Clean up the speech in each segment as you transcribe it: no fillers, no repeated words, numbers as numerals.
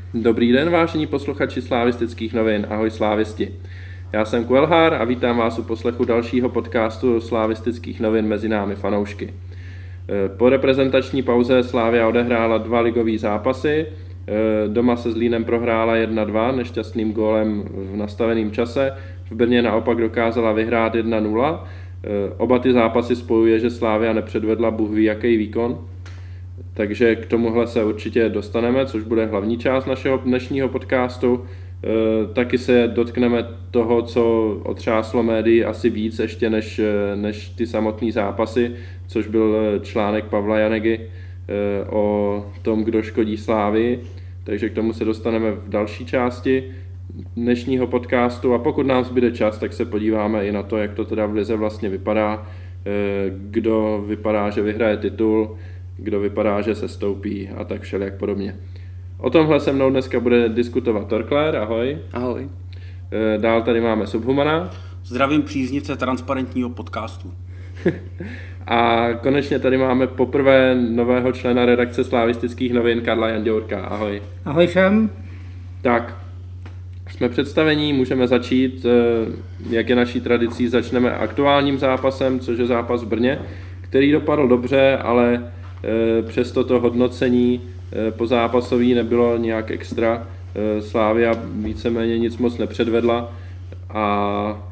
Dobrý den, vážení posluchači slavistických novin, ahoj slávisti. Já jsem Kuelhár a vítám vás u poslechu dalšího podcastu slavistických novin mezi námi fanoušky. Po reprezentační pauze Slavia odehrála 2 ligové zápasy, doma se Zlínem prohrála 1-2 nešťastným gólem v nastaveném čase, v Brně naopak dokázala vyhrát 1-0. Oba ty zápasy spojuje, že Slavia nepředvedla bůh ví jaký výkon, takže k tomuhle se určitě dostaneme, což bude hlavní část našeho dnešního podcastu. Taky se dotkneme toho, co otřáslo médii asi víc ještě než ty samotné zápasy, což byl článek Pavla Janegy o tom, kdo škodí Slávii. Takže k tomu se dostaneme v další části dnešního podcastu a pokud nám zbyde čas, tak se podíváme i na to, jak to teda v lize vlastně vypadá, kdo vypadá, že vyhraje titul, kdo vypadá, že se stoupí a tak všelijak podobně. O tomhle se mnou dneska bude diskutovat Torkler, ahoj. Ahoj. Dál tady máme Subhumana. Zdravím příznivce transparentního podcastu. A konečně tady máme poprvé nového člena redakce slavistických novin Karla Janděurka, ahoj. Ahoj všem. Tak, jsme představení, můžeme začít, jak je naší tradicí, začneme aktuálním zápasem, což je zápas v Brně, který dopadl dobře, ale přesto to hodnocení po zápasový nebylo nějak extra. Slavia víceméně nic moc nepředvedla a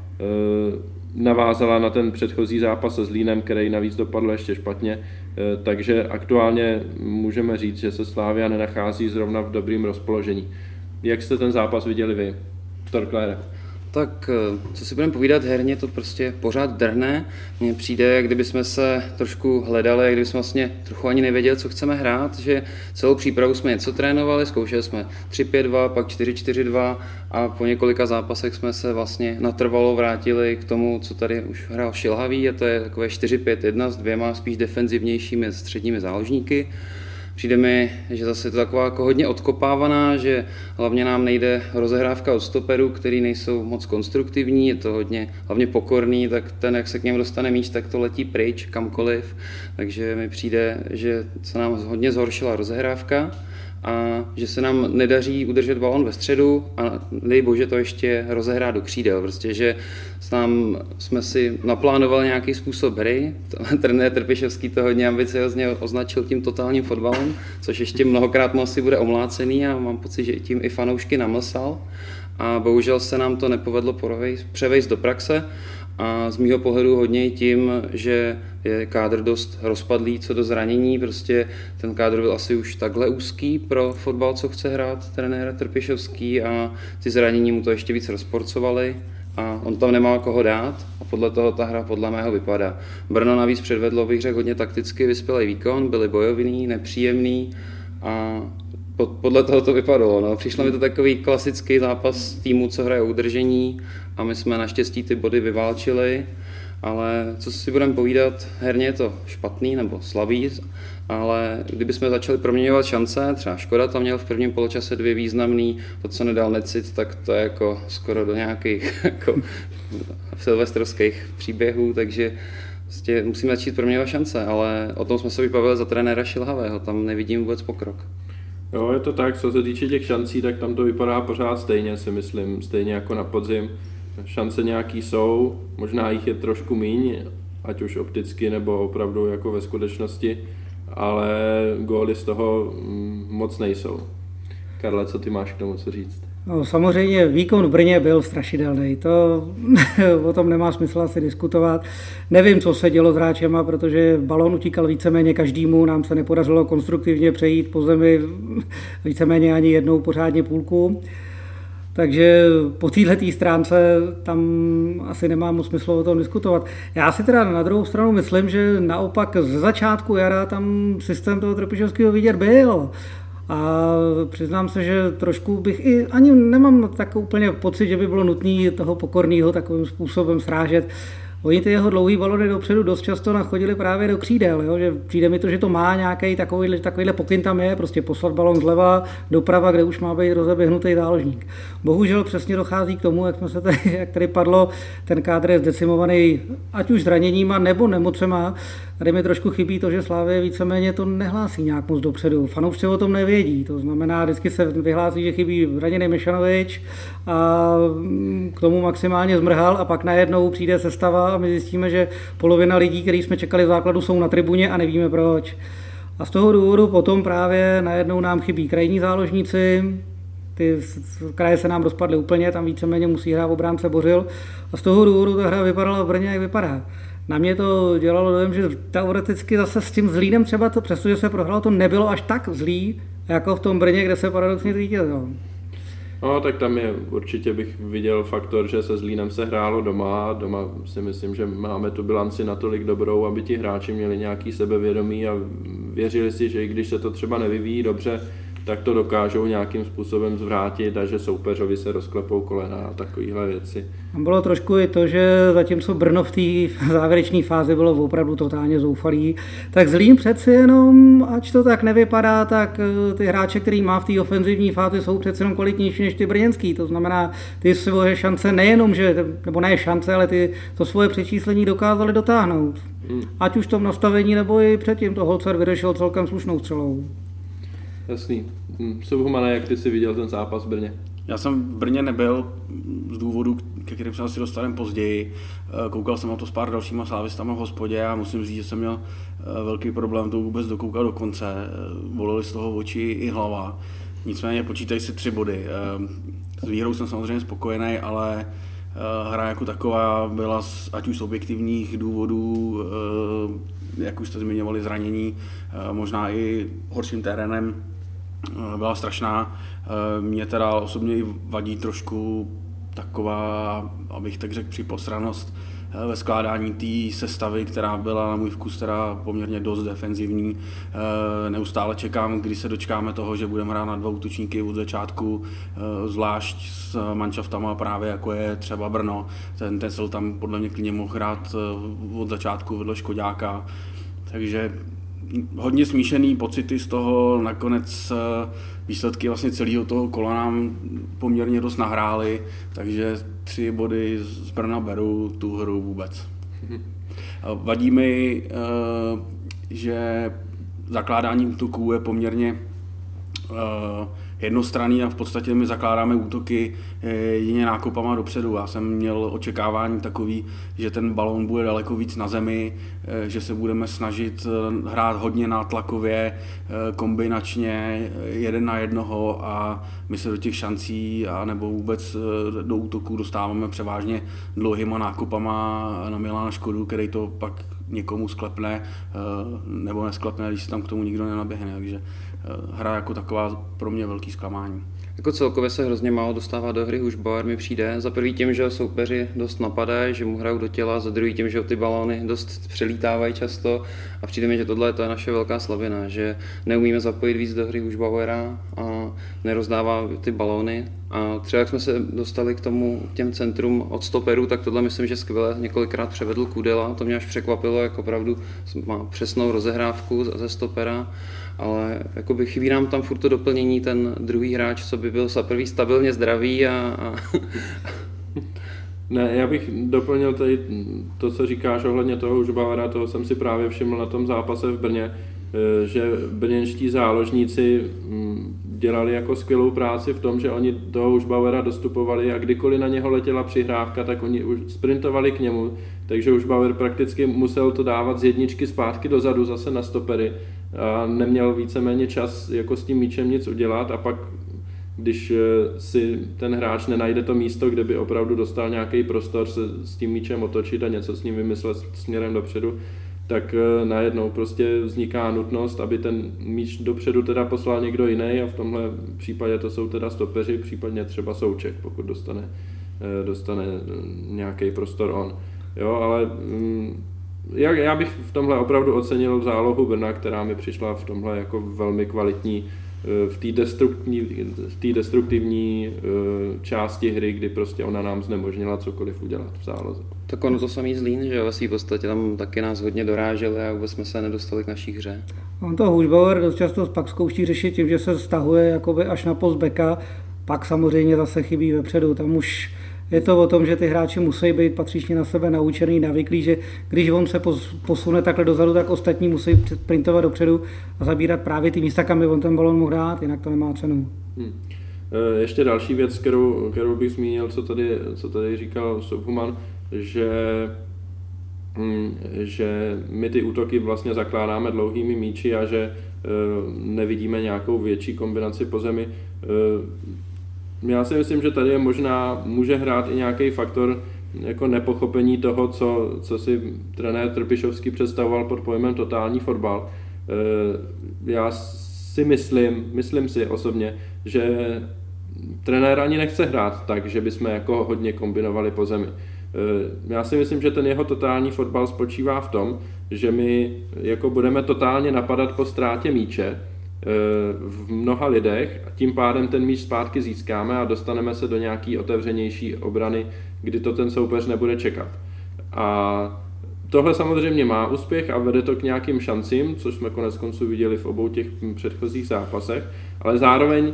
navázala na ten předchozí zápas se Zlínem, který navíc dopadl ještě špatně. Takže aktuálně můžeme říct, že se Slavia nenachází zrovna v dobrým rozpoložení. Jak jste ten zápas viděli vy, Torklére? Tak, co si budeme povídat, herně to prostě pořád drhne. Mně přijde, jak kdyby jsme se trošku hledali, jak kdyby jsme vlastně trochu ani nevěděli, co chceme hrát, že celou přípravu jsme něco trénovali, zkoušeli jsme 3-5-2, pak 4-4-2 a po několika zápasech jsme se vlastně natrvalo vrátili k tomu, co tady už hrál Šilhavý, a to je takové 4-5-1 s 2 spíš defenzivnějšími středními záložníky. Přijde mi, že zase je to taková jako hodně odkopávaná, že hlavně nám nejde rozehrávka od stoperů, který nejsou moc konstruktivní, je to hodně hlavně pokorný, tak ten, jak se k němu dostane míč, tak to letí pryč kamkoliv. Takže mi přijde, že se nám hodně zhoršila rozehrávka a že se nám nedaří udržet balon ve středu a dej bože to ještě rozehrát do křídel. Prostě, že jsme si naplánovali nějaký způsob hry, trenér Trpišovský to hodně ambiciozně označil tím totálním fotbalem, což ještě mnohokrát asi bude omlácený a mám pocit, že tím i fanoušky namlsal. A bohužel se nám to nepovedlo převést do praxe. A z mýho pohledu hodně i tím, že je kádr dost rozpadlý co do zranění, prostě ten kádr byl asi už takhle úzký pro fotbal, co chce hrát trenér Trpišovský a ty zranění mu to ještě víc rozporcovaly a on tam nemá koho dát a podle toho ta hra podle mého vypadá. Brno navíc předvedlo, bych řekl, hodně takticky vyspělý výkon, byli bojovný, nepříjemný a podle toho to vypadalo. No. Přišlo mi to takový klasický zápas týmu, co hraje o udržení a my jsme naštěstí ty body vyválčili, ale co si budeme povídat, herně je to špatný nebo slabý, ale kdybychom začali proměňovat šance, třeba Škoda tam měl v prvním poločase 2 významný, to, co nedal Necit, tak to je jako skoro do nějakých jako silvestrovských příběhů, takže prostě musíme začít proměňovat šance, ale o tom jsme se vypavili za trenéra Šilhavého, tam nevidím vůbec pokrok. Jo, je to tak, co se týče těch šancí, tak tam to vypadá pořád stejně, si myslím, stejně jako na podzim. Šance nějaký jsou, možná jich je trošku míň, ať už opticky nebo opravdu jako ve skutečnosti, ale góly z toho moc nejsou. Karle, co ty máš k tomu co říct? No, samozřejmě výkon v Brně byl strašidelný, to o tom nemá smysl asi diskutovat. Nevím, co se dělo s hráčema, protože balón utíkal víceméně každému, nám se nepodařilo konstruktivně přejít po zemi víceméně ani jednou pořádně půlku. Takže po této stránce tam asi nemá moc smysl o tom diskutovat. Já si teda na druhou stranu myslím, že naopak ze začátku jara tam systém toho Trpišovského vidět byl. A přiznám se, že trošku bych ani nemám tak úplně pocit, že by bylo nutné toho pokorného takovým způsobem srážet. Oni ty jeho dlouhý balony dopředu dost často nachodili právě do křídel, jo? Že přijde mi to, že to má nějaký takovýhle pokyn tam je, prostě poslat balon zleva doprava, kde už má být rozeběhnutý záložník. Bohužel přesně dochází k tomu, jak tady padlo, ten kádr je zdecimovaný ať už zraněníma nebo nemocema, Tady mi trošku chybí to, že Slavie víceméně to nehlásí nějak moc dopředu. Fanoušci o tom nevědí, to znamená, vždycky se vyhlásí, že chybí Raněný Mešanovič a k tomu maximálně zmrhal a pak najednou přijde sestava a my zjistíme, že polovina lidí, který jsme čekali v základu, jsou na tribuně a nevíme proč. A z toho důvodu potom právě najednou nám chybí krajní záložníci, ty kraje se nám rozpadly úplně, tam víceméně musí hrát obránce Bořil a z toho důvodu ta hra vypadala v Brně, jak vypadá. Na mě to dělalo dojem, že teoreticky zase s tím Zlínem třeba to, přestože se prohralo, to nebylo až tak zlý, jako v tom Brně, kde se paradoxně zvítězilo. No, tak tam je určitě bych viděl faktor, že se Zlínem se hrálo doma. Doma si myslím, že máme tu bilanci natolik dobrou, aby ti hráči měli nějaký sebevědomí a věřili si, že i když se to třeba nevyvíjí dobře, tak to dokážou nějakým způsobem zvrátit a že soupeřovi se rozklepou kolena a takovéhle věci. Tam bylo trošku i to, že zatímco Brno v té závěrečné fázi bylo opravdu totálně zoufalý, tak Zlín přeci jenom, ač to tak nevypadá, tak ty hráče, který má v té ofenzivní fázi, jsou přeci jenom kvalitnější než ty brněnský. To znamená, ty svoje šance nejenom, že, nebo ne šance, ale ty to svoje přečíslení dokázali dotáhnout. Ať už v tom nastavení, nebo i předtím to Holzer vyřešil celkem slušnou střelou. Jasný. Subhumane, jak ty jsi viděl ten zápas v Brně? Já jsem v Brně nebyl z důvodu, ke kterým jsem asi dostaneme později. Koukal jsem na to s pár dalšíma slávistama v hospodě a musím říct, že jsem měl velký problém to vůbec dokoukat do konce. Bolely z toho oči i hlava. Nicméně počítají si 3 body. S výhrou jsem samozřejmě spokojený, ale hra jako taková byla ať už z objektivních důvodů, jak už jste zmiňovali, zranění, možná i horším terénem, byla strašná. Mě teda osobně i vadí trošku taková, abych tak řekl, připosranost ve skládání té sestavy, která byla na můj vkus teda poměrně dost defenzivní. Neustále čekám, kdy se dočkáme toho, že budeme hrát na 2 útočníky od začátku, zvlášť s manšaftama právě jako je třeba Brno. Ten Tesl tam podle mě klidně mohl hrát od začátku vedle Škoďáka. Takže hodně smíšený pocity z toho, nakonec výsledky vlastně celého toho kola nám poměrně dost nahrály, takže 3 body z Brna beru, tu hru vůbec. Vadí mi, že zakládání útoků je poměrně jednostranný a v podstatě my zakládáme útoky jině nákopama dopředu. Já jsem měl očekávání takový, že ten balón bude daleko víc na zemi, že se budeme snažit hrát hodně nátlakově, kombinačně 1 na 1 a my se do těch šancí a nebo vůbec do útoků dostáváme převážně dlouhýma nákopama na Milana Škodu, který to pak někomu sklepne nebo nesklepne, když se tam k tomu nikdo nenaběhne. Takže hra jako taková pro mě velký zklamání. Jako celkově se hrozně málo dostává do hry, Husbauer mi přijde. Za prvý tím, že soupeři dost napadají, že mu hrajou do těla, za druhý tím, že ty balóny dost přelítávají často a přijde mi, že tohle je naše velká slabina, že neumíme zapojit víc do hry Husbauera a nerozdává ty balóny. A třeba jak jsme se dostali k těm centrum od stoperů, tak tohle myslím, že skvěle několikrát převedl Kudela, to mě až překvapilo, jak opravdu má přesnou rozehrávku ze stopera. Ale jakoby chybí nám tam furt to doplnění, ten druhý hráč, co by byl za prvý stabilně zdravý a... Ne, já bych doplnil tady to, co říkáš ohledně toho Husbauera, toho jsem si právě všiml na tom zápase v Brně, že brněnští záložníci dělali jako skvělou práci v tom, že oni toho Husbauera dostupovali a kdykoliv na něho letěla přihrávka, tak oni už sprintovali k němu, takže Husbauer prakticky musel to dávat z jedničky zpátky dozadu zase na stopery a neměl víceméně čas jako s tím míčem nic udělat a pak když si ten hráč nenajde to místo, kde by opravdu dostal nějaký prostor se s tím míčem otočit a něco s ním vymyslet směrem dopředu, tak najednou prostě vzniká nutnost, aby ten míč dopředu teda poslal někdo jiný a v tomhle případě to jsou teda stopeři, případně třeba Souček, pokud dostane nějaký prostor on. Jo, ale já bych v tomhle opravdu ocenil zálohu Brna, která mi přišla v tomhle jako velmi kvalitní v té destruktivní části hry, kdy prostě ona nám znemožnila cokoliv udělat v záloze. Tak ono to samý Zlín, že ve svým podstatě tam taky nás hodně doráželi a vůbec jsme se nedostali k naší hře. On to Husbauer dost často pak zkouší řešit tím, že se stahuje jakoby až na post beka, pak samozřejmě zase chybí vepředu, tam už Je to o tom, že ty hráči musí být patřičně na sebe naučený, navyklí, že když on se posune takhle dozadu, tak ostatní musí sprintovat dopředu a zabírat právě ty místa, kam by on ten balon mohl dát, jinak to nemá cenu. Ještě další věc, kterou bych zmínil, co tady říkal Subhuman, že my ty útoky vlastně zakládáme dlouhými míči a že nevidíme nějakou větší kombinaci po zemi. Já si myslím, že tady může hrát i nějaký faktor jako nepochopení toho, co si trenér Trpišovský představoval pod pojmem totální fotbal. Já si myslím si osobně, že trenér ani nechce hrát tak, že bychom jako hodně kombinovali po zemi. Já si myslím, že ten jeho totální fotbal spočívá v tom, že my jako budeme totálně napadat po ztrátě míče v mnoha lidech a tím pádem ten míč zpátky získáme a dostaneme se do nějaký otevřenější obrany, kdy to ten soupeř nebude čekat. A tohle samozřejmě má úspěch a vede to k nějakým šancím, což jsme koneckonců viděli v obou těch předchozích zápasech, ale zároveň,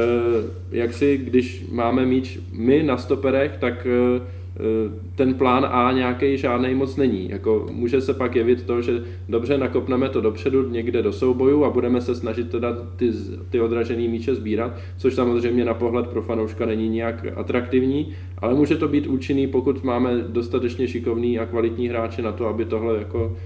když máme míč my na stoperech, tak ten plán A nějaký žádnej moc není. Jako může se pak jevit to, že dobře nakopneme to dopředu někde do souboju a budeme se snažit teda ty odražený míče sbírat, což samozřejmě na pohled pro fanouška není nějak atraktivní, ale může to být účinný, pokud máme dostatečně šikovný a kvalitní hráče na to, aby tohle jako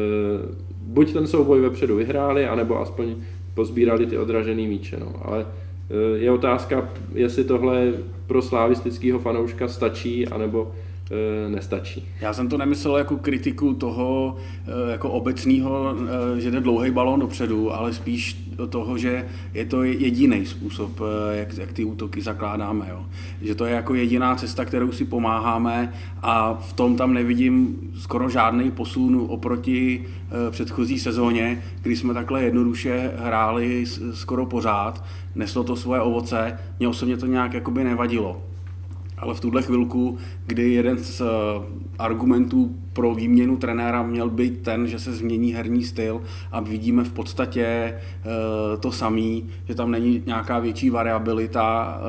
buď ten souboj vepředu vyhráli, anebo aspoň pozbírali ty odražený míče. No. Ale je otázka, jestli tohle pro slavistického fanouška stačí, anebo nestačí. Já jsem to nemyslel jako kritiku toho jako obecného, že jde dlouhý balón dopředu, ale spíš toho, že je to jediný způsob, jak ty útoky zakládáme. Jo. Že to je jako jediná cesta, kterou si pomáháme a v tom tam nevidím skoro žádný posun oproti předchozí sezóně, kdy jsme takhle jednoduše hráli skoro pořád, neslo to svoje ovoce, mně osobně to nějak jakoby nevadilo. Ale v tuhle chvilku, kdy jeden z argumentů pro výměnu trenéra měl být ten, že se změní herní styl a vidíme v podstatě to samý, že tam není nějaká větší variabilita,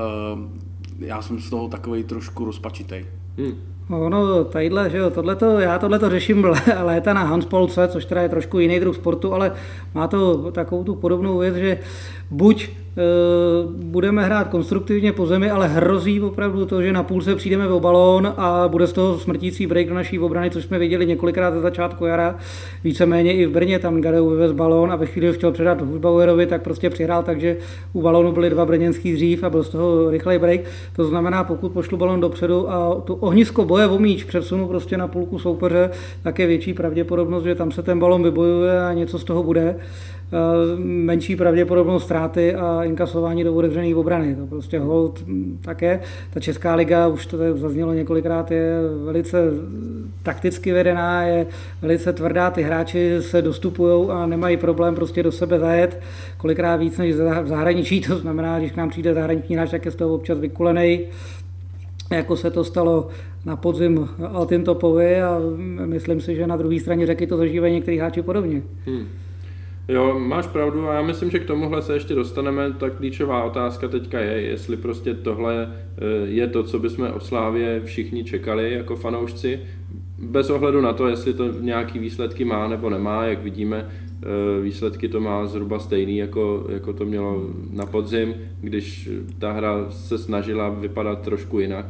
já jsem z toho takovej trošku rozpačitej. No, tadyhle, že jo, já tohleto řeším léta na handballce, což teda je trošku jiný druh sportu, ale má to takovou tu podobnou věc, že buď budeme hrát konstruktivně po zemi, ale hrozí opravdu to, že na půlce přijdeme o balón a bude z toho smrtící break do naší obrany, což jsme viděli několikrát za začátku jara, víceméně i v Brně, tam Gadeu vyvez balón a ve chvíli, chtěl předat Husbauerovi, tak prostě přihrál, takže u balónu byly 2 brněnský dřív a byl z toho rychlej break. To znamená, pokud pošlu balón dopředu a to ohnisko boje o míč přesunu prostě na půlku soupeře, tak je větší pravděpodobnost, že tam se ten balón vybojuje a něco z toho bude. Menší pravděpodobnost ztráty a inkasování do otevřené obrany. To prostě hold také. Ta Česká liga, už to tady zaznělo několikrát, je velice takticky vedená, je velice tvrdá, ty hráči se dostupují a nemají problém prostě do sebe zajet kolikrát víc než v zahraničí, to znamená, když k nám přijde zahraniční hráč, tak je z toho občas vykulenej, jako se to stalo na podzim Altin Topovi a myslím si, že na druhé straně řeky to zažívají některý hráči podobně. Jo, máš pravdu a já myslím, že k tomuhle se ještě dostaneme. Ta klíčová otázka teďka je, jestli prostě tohle je to, co bychom od Slávie všichni čekali jako fanoušci. Bez ohledu na to, jestli to nějaký výsledky má nebo nemá, jak vidíme, výsledky to má zhruba stejný, jako to mělo na podzim, když ta hra se snažila vypadat trošku jinak.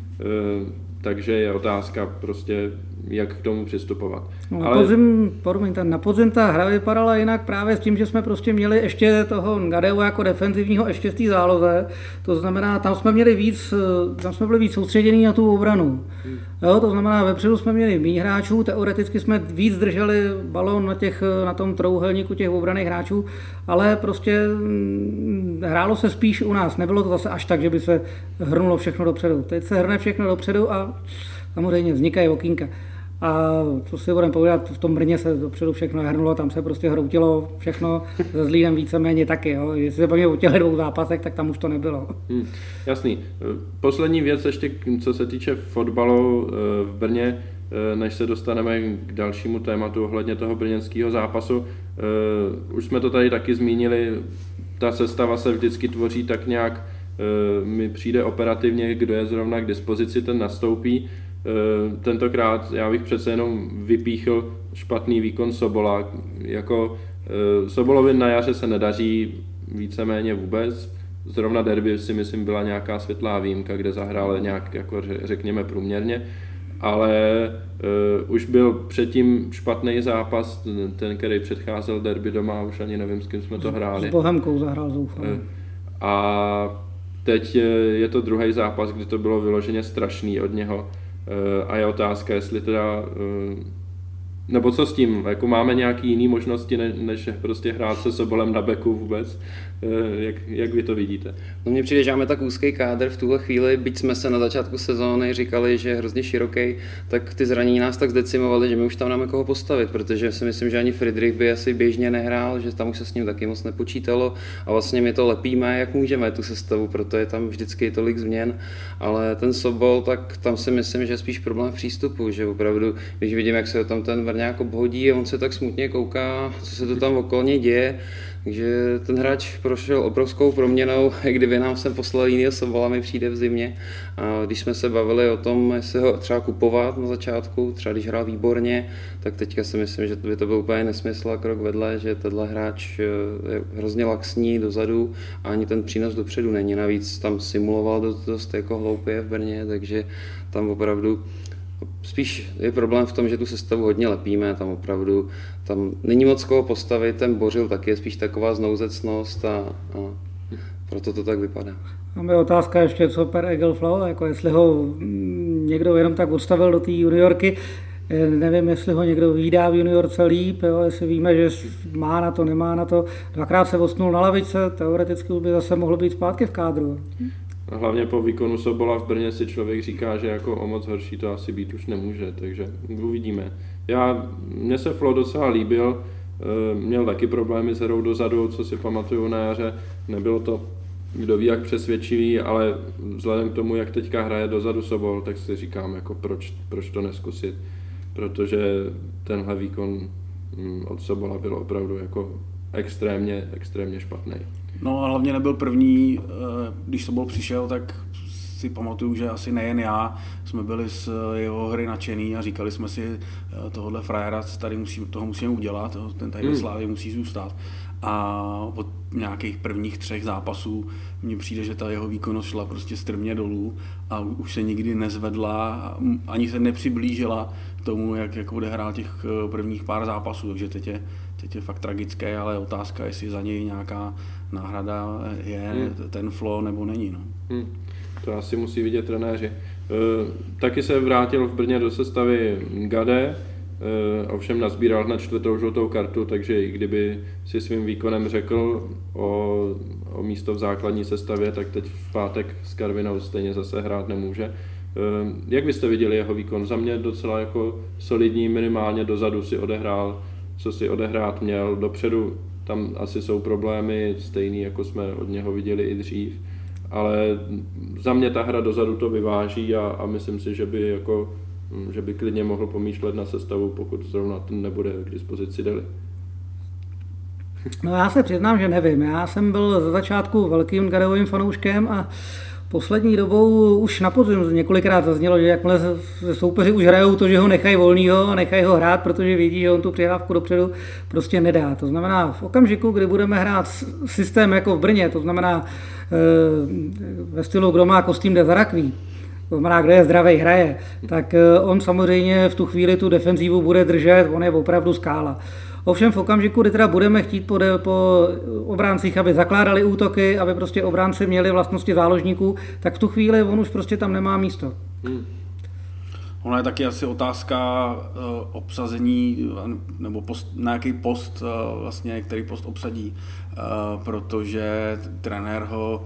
Takže je otázka prostě, jak k tomu přistupovat. No, na podzim ta hra vypadala jinak právě s tím, že jsme prostě měli ještě toho Gadeu jako defenzivního ještě v té záloze. To znamená, tam jsme byli víc soustředění na tu obranu. Jo, to znamená, vepředu jsme měli méně hráčů, teoreticky jsme víc drželi balón na tom trouhelníku těch obranných hráčů, ale prostě hrálo se spíš u nás. Nebylo to zase až tak, že by se hrnulo všechno dopředu. Teď se hrne všechno dopředu a samozřejmě vznikají okýnka. A co si budeme povídat, v tom Brně se dopředu všechno hrnulo, tam se prostě hroutilo všechno, se Zlínem víceméně taky. Jo. Jestli se bavíme o těch 2 zápasech, tak tam už to nebylo. Jasný. Poslední věc ještě, co se týče fotbalu v Brně, než se dostaneme k dalšímu tématu ohledně toho brněnského zápasu. Už jsme to tady taky zmínili, ta sestava se vždycky tvoří tak nějak mi přijde operativně, kdo je zrovna k dispozici, ten nastoupí. Tentokrát já bych přece jenom vypíchl špatný výkon Sobola. Jako Sobolovi na jaře se nedaří víceméně vůbec. Zrovna derby si myslím byla nějaká světlá výjimka, kde zahrál nějak, jako řekněme, průměrně. Ale už byl předtím špatný zápas, ten, který předcházel derby doma, už ani nevím, s kým jsme to hráli. S Bohemkou zahrál zoufale. A teď je to druhý zápas, kdy to bylo vyloženě strašný od něho. A je otázka, jestli teda, nebo co s tím, jako máme nějaký jiný možnosti, než prostě hrát se Sobolem na beku vůbec, jak vy to vidíte? No mně přijde, že máme tak úzký kádr v tuhle chvíli, byť jsme se na začátku sezóny říkali, že je hrozně široký, tak ty zranění nás tak zdecimovaly, že my už tam máme koho postavit, protože si myslím, že ani Friedrich by asi běžně nehrál, že tam už se s ním taky moc nepočítalo a vlastně my to lepíme, jak můžeme tu sestavu, proto je tam vždycky tolik změn, ale ten Sobol, tak tam si myslím, že je spíš problém v přístupu, že opravdu, když vidím, jak se tam ten Vrňák obhodí a on se tak smutně kouká, co se to tam okolně děje, takže ten hráč prošel obrovskou proměnou, kdyby nám sem poslal jinýho Sobola, mi přijde v zimě. A když jsme se bavili o tom, jestli ho třeba kupovat na začátku, třeba když hrál výborně, tak teďka si myslím, že by to byl úplně nesmysl a krok vedle, že tenhle hráč je hrozně laxní dozadu a ani ten přínos dopředu není. Navíc tam simuloval dost jako hloupě v Brně, takže tam opravdu spíš je problém v tom, že tu sestavu hodně lepíme, tam opravdu tam není moc koho postavit, ten Bořil taky je spíš taková znouzecnost a proto to tak vypadá. Máme otázka ještě, co Per Egelflau, jako jestli ho někdo jenom tak odstavil do té juniorky, nevím, jestli ho někdo vídá v juniorce líp, jo, jestli víme, že má na to, nemá na to, dvakrát se odstnul na lavičce, teoreticky by zase mohl být zpátky v kádru. Hlavně po výkonu Sobola v Brně si člověk říká, že jako o moc horší to asi být už nemůže, takže uvidíme. Mně se Flo docela líbil, měl taky problémy s hrou dozadu, co si pamatuju na jaře, nebylo to kdo ví jak přesvědčivý, ale vzhledem k tomu, jak teďka hraje dozadu Sobol, tak si říkám, jako proč to neskusit, protože tenhle výkon od Sobola byl opravdu jako extrémně špatný. No a hlavně nebyl první, když Sobol přišel, tak si pamatuju, že asi nejen já jsme byli z jeho hry nadšený a říkali jsme si, tohohle frajera toho musíme udělat, ten tady ve Slávě musí zůstat. A od nějakých prvních 3 zápasů mně přijde, že ta jeho výkonnost šla prostě strmě dolů a už se nikdy nezvedla, ani se nepřiblížila tomu, jak odehrál těch prvních pár zápasů, takže teď je fakt tragické, ale otázka, jestli za něj nějaká náhrada je ten Flo nebo není. No. To asi musí vidět trenéři. Taky se vrátil v Brně do sestavy Gade, ovšem nazbíral hned 4. žlutou kartu, takže i kdyby si svým výkonem řekl o místo v základní sestavě, tak teď v pátek s Karvinou stejně zase hrát nemůže. Jak byste viděli jeho výkon? Za mě docela jako solidní, minimálně dozadu si odehrál, co si odehrát měl, dopředu tam asi jsou problémy stejný, jako jsme od něho viděli i dřív, ale za mě ta hra dozadu to vyváží a myslím si, že by klidně mohl pomýšlet na sestavu, pokud zrovna ten nebude k dispozici Deli. No já se přiznám, že nevím. Já jsem byl za začátku velkým Gadovým fanouškem a poslední dobou už na podzim několikrát zaznělo, že jakmile se soupeři už hrajou to, že ho nechají volnýho a nechají ho hrát, protože vědí, že on tu přihrávku dopředu prostě nedá. To znamená v okamžiku, kdy budeme hrát systém jako v Brně, to znamená ve stylu, kdo má kostým, jde za rakví, to znamená, kdo je zdravý, hraje, tak on samozřejmě v tu chvíli tu defenzivu bude držet, on je opravdu skála. Ovšem v okamžiku, kdy teda budeme chtít po obráncích, aby zakládali útoky, aby prostě obránci měli vlastnosti záložníků, tak v tu chvíli on už prostě tam nemá místo. Ono je taky asi otázka obsazení, nebo na jaký post vlastně, který post obsadí, protože trenér ho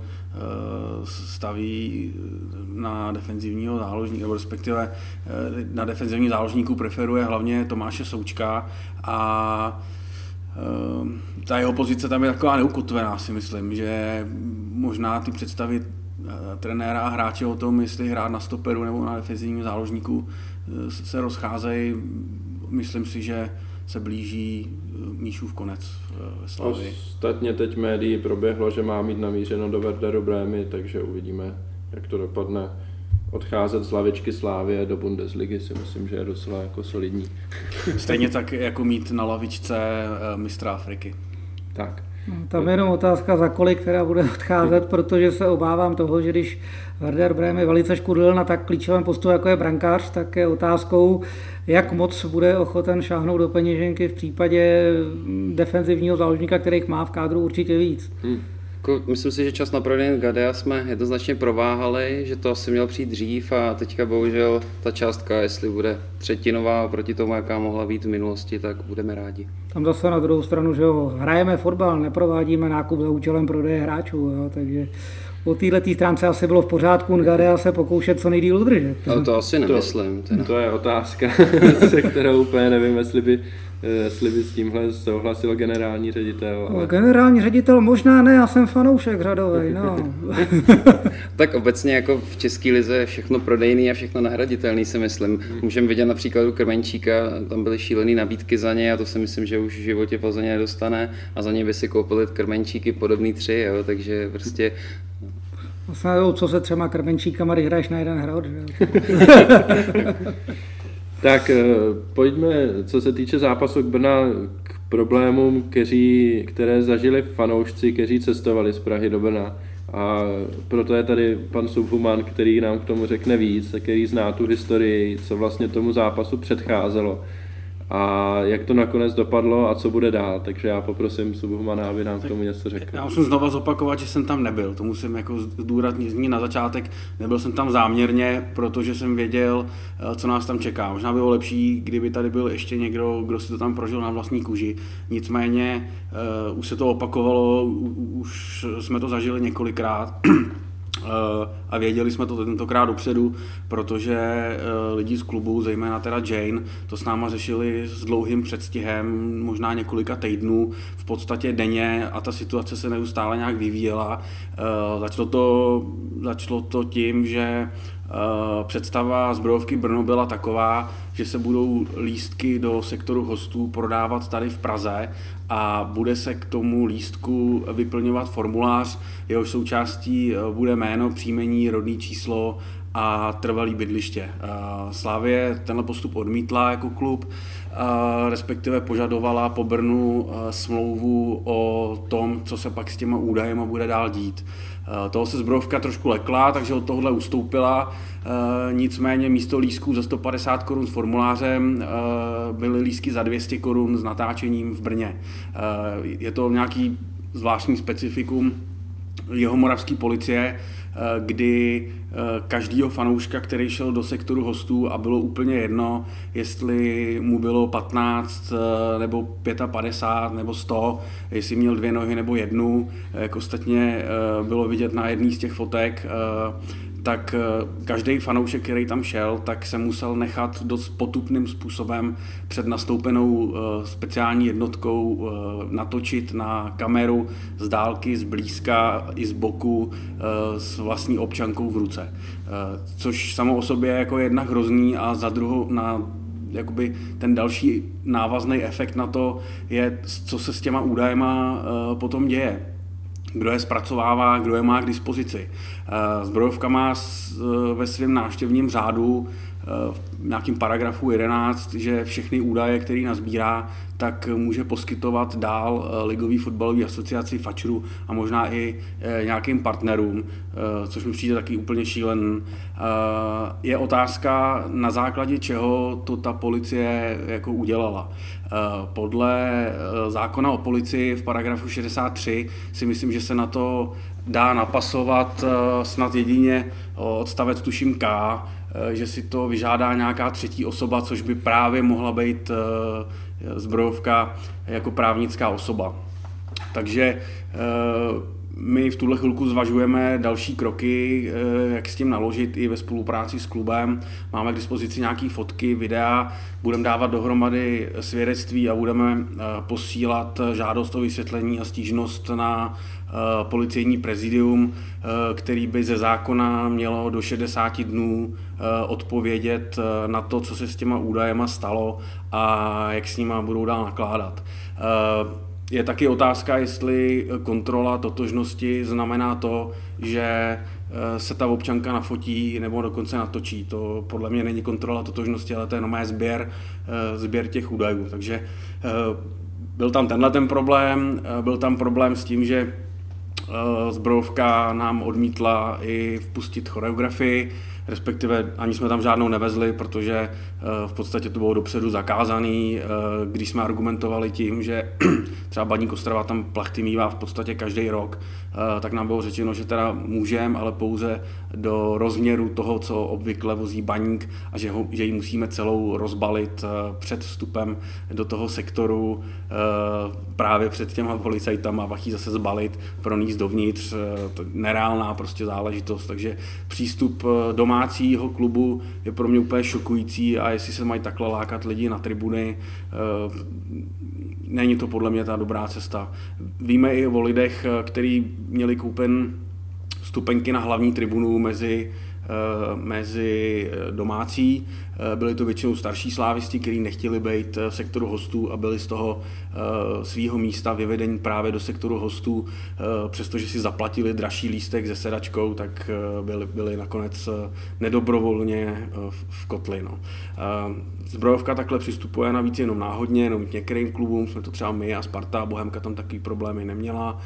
staví na defenzivního záložníka, nebo respektive na defenzivní záložníku preferuje hlavně Tomáše Součka a ta jeho pozice tam je taková neukotvená, si myslím, že možná ty představy trenéra a hráče o tom, jestli hrát na stoperu nebo na defenzivním záložníku, se rozcházejí. Myslím si, že se blíží Míšův konec ve Slavii. Ostatně teď médií proběhlo, že má mít namířeno do Werderu Brémy, takže uvidíme, jak to dopadne. Odcházet z lavičky Slavie do Bundesligy si myslím, že je docela jako solidní. Stejně tak jako mít na lavičce mistra Afriky. Tak. No, tam je jenom otázka, za kolik teda bude odcházet, protože se obávám toho, že když Werder Bremen velice škudl na tak klíčovém postu, jako je brankář, tak je otázkou, jak moc bude ochoten šáhnout do peněženky v případě defenzivního záložníka, kterých má v kádru určitě víc. Myslím si, že čas na prodej Gadea jsme jednoznačně prováhali, že to asi měl přijít dřív a teďka bohužel ta částka, jestli bude třetinová oproti tomu, jaká mohla být v minulosti, tak budeme rádi. Tam zase na druhou stranu, že jo, hrajeme fotbal, neprovádíme nákup za účelem prodeje hráčů, jo, takže po této stránce asi bylo v pořádku Gadea se pokoušet co nejdýl udržet. Ale to asi nemyslím. To je otázka, se kterou úplně nevím, jestli by s tímhle souhlasil generální ředitel. Ale... Generální ředitel možná ne, já jsem fanoušek řadovej, no. Tak obecně jako v české lize je všechno prodejný a všechno nahraditelný, si myslím. Můžeme vidět například u Krmenčíka, tam byly šílené nabídky za ně a to si myslím, že už v životě Plzeň nedostane a za ně by si koupili Krmenčíky podobný 3, jo, takže prostě... Vlastně co se 3 Krmenčíkama, když hraješ na jeden hrad, že? Tak pojďme, co se týče zápasu k Brna, k problémům, které zažili fanoušci, kteří cestovali z Prahy do Brna. A proto je tady pan Subhuman, který nám k tomu řekne víc, který zná tu historii, co vlastně tomu zápasu předcházelo a jak to nakonec dopadlo a co bude dál. Takže já poprosím Subhumana, aby nám k tomu něco řekl. Já musím znova zopakovat, že jsem tam nebyl. To musím jako zdůraznit na začátek. Nebyl jsem tam záměrně, protože jsem věděl, co nás tam čeká. Možná bylo lepší, kdyby tady byl ještě někdo, kdo si to tam prožil na vlastní kůži. Nicméně už se to opakovalo, už jsme to zažili několikrát. A věděli jsme to tentokrát dopředu, protože lidi z klubu, zejména teda Jane, to s náma řešili s dlouhým předstihem, možná několika týdnů, v podstatě denně a ta situace se neustále nějak vyvíjela. Začalo to tím, že představa Zbrojovky Brno byla taková, že se budou lístky do sektoru hostů prodávat tady v Praze a bude se k tomu lístku vyplňovat formulář, jehož součástí bude jméno, příjmení, rodné číslo a trvalé bydliště. Slavie tenhle postup odmítla jako klub, respektive požadovala po Brnu smlouvu o tom, co se pak s těma údajema bude dál dít. Toho se Zbrojovka trošku lekla, takže od tohohle ustoupila, nicméně místo lístků za 150 korun s formulářem byly lístky za 200 korun s natáčením v Brně. Je to nějaký zvláštní specifikum jihomoravské policie, kdy každýho fanouška, který šel do sektoru hostů a bylo úplně jedno, jestli mu bylo 15 nebo 55 nebo 100, jestli měl 2 nohy nebo 1, jak ostatně bylo vidět na jedné z těch fotek, tak každý fanoušek, který tam šel, tak se musel nechat dost potupným způsobem před nastoupenou speciální jednotkou natočit na kameru z dálky, z blízka i z boku s vlastní občankou v ruce. Což samo o sobě jako jednak hrozný a za druhou jakoby ten další návazný efekt na to je, co se s těma údajema potom děje. Kdo je zpracovává, kdo je má k dispozici. Zbrojovka má ve svém návštěvním řádu v nějakém paragrafu 11, že všechny údaje, které nazbírá, tak může poskytovat dál Ligový fotbalový asociaci, Fačru a možná i nějakým partnerům, což mi přijde taky úplně šílen. Je otázka, na základě čeho to ta policie jako udělala. Podle zákona o policii v paragrafu 63 si myslím, že se na to dá napasovat snad jedině odstavec tuším K, že si to vyžádá nějaká třetí osoba, což by právě mohla být Zbrojovka jako právnická osoba. Takže my v tuhle chvilku zvažujeme další kroky, jak s tím naložit i ve spolupráci s klubem. Máme k dispozici nějaké fotky, videa, budeme dávat dohromady svědectví a budeme posílat žádost o vysvětlení a stížnost na policejní prezidium, který by ze zákona mělo do 60 dnů odpovědět na to, co se s těma údajema stalo a jak s nima budou dál nakládat. Je taky otázka, jestli kontrola totožnosti znamená to, že se ta občanka nafotí nebo dokonce natočí. To podle mě není kontrola totožnosti, ale to je jenom sběr těch údajů. Takže byl tam ten problém, byl tam problém s tím, že zbrojovka nám odmítla i vpustit choreografii, respektive ani jsme tam žádnou nevezli, protože v podstatě to bylo dopředu zakázaný, když jsme argumentovali tím, že třeba Baník Ostrava tam plachty mívá v podstatě každý rok, tak nám bylo řečeno, že teda můžeme, ale pouze do rozměru toho, co obvykle vozí Baník a že ji musíme celou rozbalit před vstupem do toho sektoru právě před těma policajtama, pak ji zase zbalit, pronést dovnitř, nereálná prostě záležitost, takže přístup domácího klubu je pro mě úplně šokující a jestli se mají takhle lákat lidi na tribuny, není to podle mě ta dobrá cesta. Víme i o lidech, kteří měli koupen vstupenky na hlavní tribunu mezi domácí. Byli to většinou starší slávisti, kteří nechtěli být v sektoru hostů a byli z toho svýho místa vyvedeni právě do sektoru hostů. Přestože si zaplatili dražší lístek se sedačkou, tak byli nakonec nedobrovolně v kotli. No. Zbrojovka takhle přistupuje navíc jenom náhodně, jenom k některým klubům, jsme to třeba my a Sparta a Bohemka tam takový problémy neměla.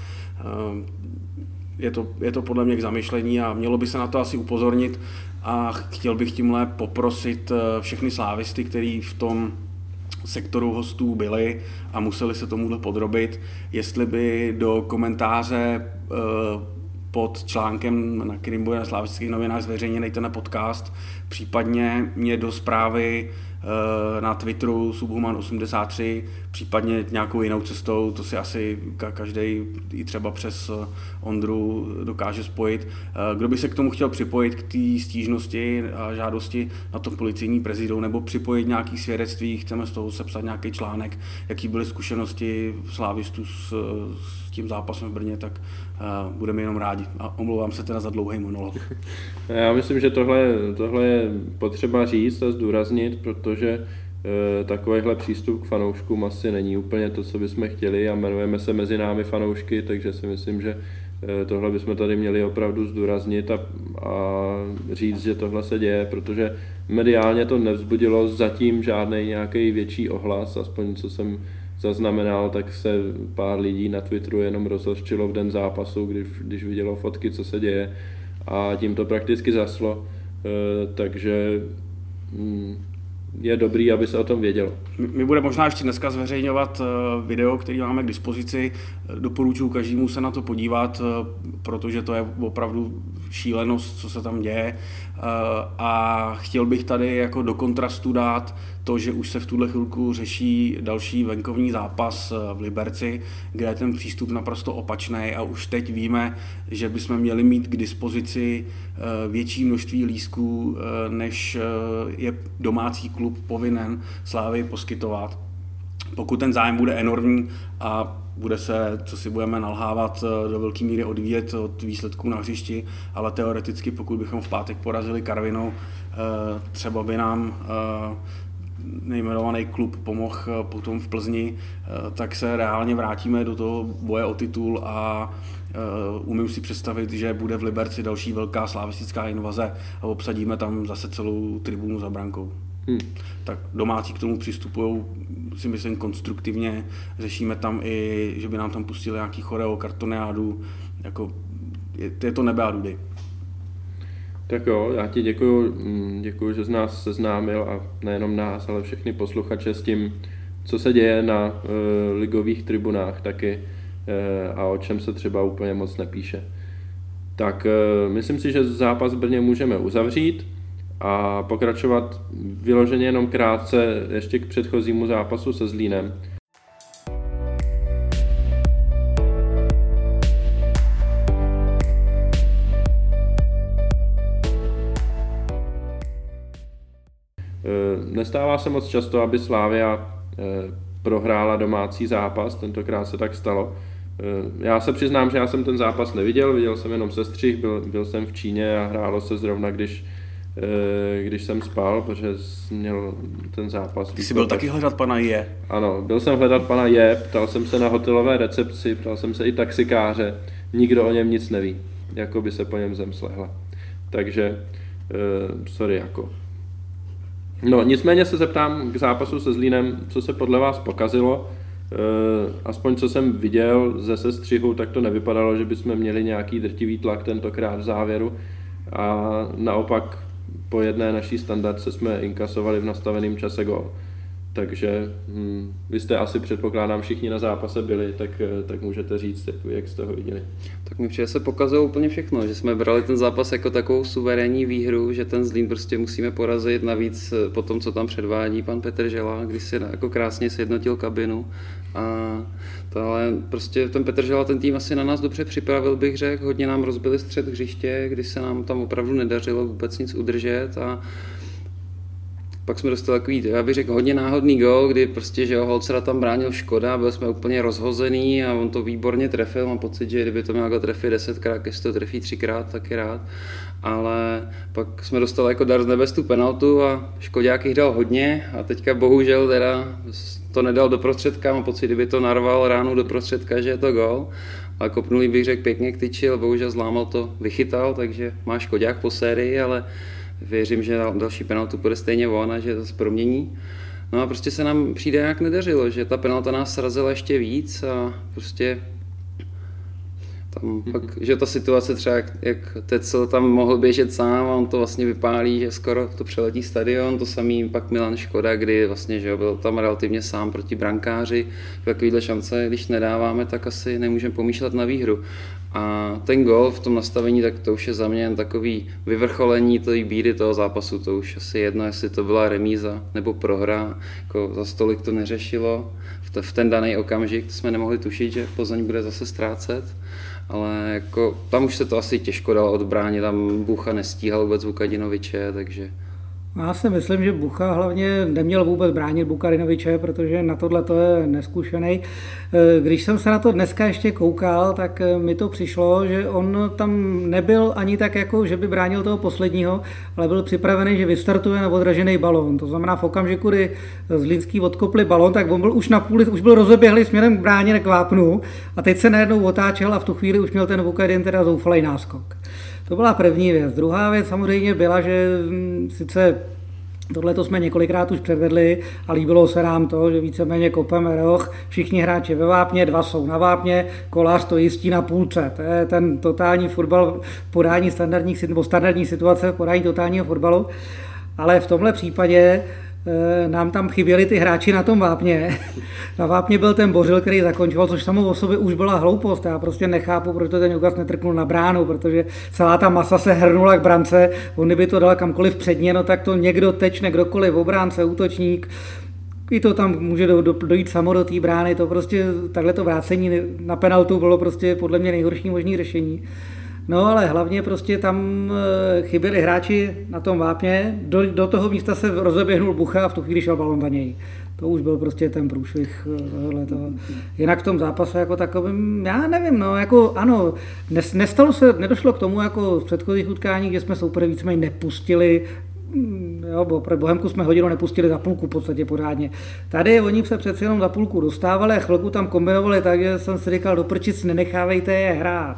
Je to podle mě k zamyšlení a mělo by se na to asi upozornit a chtěl bych tímhle poprosit všechny slávisty, kteří v tom sektoru hostů byli a museli se tomuhle podrobit, jestli by do komentáře pod článkem, na kterým bude na Slávistických novinách zveřejněný ten podcast, případně mě do zprávy na Twitteru Subhuman83, případně nějakou jinou cestou, to si asi každý i třeba přes Ondru dokáže spojit. Kdo by se k tomu chtěl připojit k té stížnosti a žádosti na to policejní prezidium nebo připojit nějaké svědectví, chceme z toho sepsat nějaký článek, jaký byly zkušenosti slávistů s tím zápasem v Brně, tak budeme jenom rádi. A omlouvám se teda za dlouhý monolog. Já myslím, že tohle je potřeba říct a zdůraznit, protože takovýhle přístup k fanouškům asi není úplně to, co bychom chtěli a jmenujeme se mezi námi fanoušky, takže si myslím, že tohle bychom tady měli opravdu zdůraznit a říct, že tohle se děje, protože mediálně to nevzbudilo zatím žádný nějaký větší ohlas, aspoň co jsem zaznamenal, tak se pár lidí na Twitteru jenom rozhořčilo v den zápasu, když vidělo fotky, co se děje a tím to prakticky zaslo, takže je dobrý, aby se o tom vědělo. My budeme možná ještě dneska zveřejňovat video, který máme k dispozici. Doporučuji každému se na to podívat, protože to je opravdu šílenost, co se tam děje. A chtěl bych tady jako do kontrastu dát to, že už se v tuhle chvilku řeší další venkovní zápas v Liberci, kde je ten přístup naprosto opačný a už teď víme, že bychom měli mít k dispozici větší množství lístků, než je domácí klub povinen Slávii poskytovat. Pokud ten zájem bude enormní a bude se, co si budeme nalhávat, do velké míry odvíjet od výsledků na hřišti, ale teoreticky, pokud bychom v pátek porazili Karvinou, třeba by nám nejmenovaný klub pomohl potom v Plzni, tak se reálně vrátíme do toho boje o titul a umím si představit, že bude v Liberci další velká slavistická invaze a obsadíme tam zase celou tribunu za brankou. Tak domácí k tomu přistupují, si myslím, konstruktivně. Řešíme tam i, že by nám tam pustili nějaký choreo, kartoniádu. Jako, je to nebe a dudy. Tak jo, já ti děkuju, že jsi nás seznámil a nejenom nás, ale všechny posluchače s tím, co se děje na ligových tribunách taky a o čem se třeba úplně moc nepíše. Tak myslím si, že zápas v Brně můžeme uzavřít a pokračovat vyloženě jenom krátce ještě k předchozímu zápasu se Zlínem. Nestává se moc často, aby Slavia prohrála domácí zápas, tentokrát se tak stalo. Já se přiznám, že já jsem ten zápas neviděl, viděl jsem jenom sestřih, byl jsem v Číně a hrálo se zrovna, když jsem spal, protože měl ten zápas. Ty jsi byl taky hledat pana Je? Ano, byl jsem hledat pana Je, ptal jsem se na hotelové recepci, ptal jsem se i taxikáře, nikdo o něm nic neví, jako by se po něm zem slehla. Takže, sorry, jako. No, nicméně se zeptám k zápasu se Zlínem, co se podle vás pokazilo. Aspoň co jsem viděl ze sestřihu, tak to nevypadalo, že bychom měli nějaký drtivý tlak tentokrát v závěru a naopak po jedné naší standardce jsme inkasovali v nastaveném čase gól. Takže vy jste asi, předpokládám, všichni na zápase byli, tak můžete říct, jak jste ho viděli. Tak mi přijde, se pokazilo úplně všechno, že jsme brali ten zápas jako takovou suverénní výhru, že ten Zlín prostě musíme porazit, navíc po tom, co tam předvádí pan Petr Žela, když si jako krásně sjednotil kabinu. Ale prostě ten Petr Žela ten tým asi na nás dobře připravil, bych řekl, hodně nám rozbili střed hřiště, kdy se nám tam opravdu nedařilo vůbec nic udržet a pak jsme dostali takový, já bych řekl, hodně náhodný gól, kdy prostě, že Holcera tam bránil Škoda, byli jsme úplně rozhozený a on to výborně trefil, mám pocit, že kdyby to měl trefit 10krát, když to trefí 3krát, taky rád. Ale pak jsme dostali jako dar z nebes tu penaltu a Škoďák jich dal hodně a teďka bohužel teda to nedal do prostředka, mám pocit, kdyby to narval ránu do prostředka, že je to gól. Ale kopnulý bych řekl pěkně k tyči, ale bohužel zlámal to, vychytal, takže má Škoďák po sérii, ale věřím, že další penaltu bude stejně on a že to promění. No a prostě se nám přijde jak nedařilo, že ta penalta nás srazila ještě víc a prostě tam pak, že ta situace třeba jak Tecel tam mohl běžet sám a on to vlastně vypálí, že skoro to přeletí stadion, to samý pak Milan Škoda, kdy vlastně, že byl tam relativně sám proti brankáři, takovýhle šance, když nedáváme, tak asi nemůžeme pomýšlet na výhru. A ten gól v tom nastavení, tak to už je za mě jen takový vyvrcholení té bídy toho zápasu, to už asi jedno, jestli to byla remíza nebo prohra, jako za stolik to neřešilo, v ten daný okamžik to jsme nemohli tušit, že Plzeň bude zase ztrácet, ale jako tam už se to asi těžko dalo odbránit, tam Bucha nestíhal vůbec Vukadinoviče, takže... Já si myslím, že Bucha hlavně neměl vůbec bránit Vukadinoviče, protože na tohle to je neskušený. Když jsem se na to dneska ještě koukal, tak mi to přišlo, že on tam nebyl ani tak jako, že by bránil toho posledního, ale byl připravený, že vystartuje na odražený balón. To znamená v okamžiku, kdy Zlínský odkopli balón, tak on byl už na půli, už byl rozeběhlý směrem k bráně k vápnu a teď se najednou otáčel a v tu chvíli už měl ten Vukadin teda zoufalý náskok. To byla první věc. Druhá věc samozřejmě byla, že sice tohleto jsme několikrát už předvedli a líbilo se nám to, že víceméně kopeme roh, všichni hráči ve vápně, 2 jsou na vápně, Kolář to jistí na půlce. To je ten totální fotbal v podání standardní situace v podání totálního fotbalu, ale v tomhle případě nám tam chyběli ty hráči na tom vápně. Na vápně byl ten Bořil, který zakončoval, což samo o sobě už byla hloupost. Já prostě nechápu, proč to ten Jugas netrknul na bránu, protože celá ta masa se hrnula k brance, on kdyby to dal kamkoliv předně, no tak to někdo tečne, kdokoliv, obránce, útočník, i to tam může dojít samo do té brány, to prostě takhle vrácení na penaltu bylo prostě podle mě nejhorší možný řešení. No ale hlavně prostě tam chyběli hráči na tom vápně, do toho místa se rozeběhnul Bucha a v tu chvíli šel balon za něj. To už byl prostě ten průšvih tohoto. Jinak v tom zápase jako takovým, já nevím, no jako ano, nedošlo k tomu jako v předchozích utkání, kde jsme soupeře víceméně nepustili, jo, bo pro Bohemku jsme hodinu nepustili za půlku v podstatě pořádně. Tady oni se přeci jenom za půlku dostávali a chvilku tam kombinovali tak, že jsem si říkal, do prčic nenechávejte je hrát.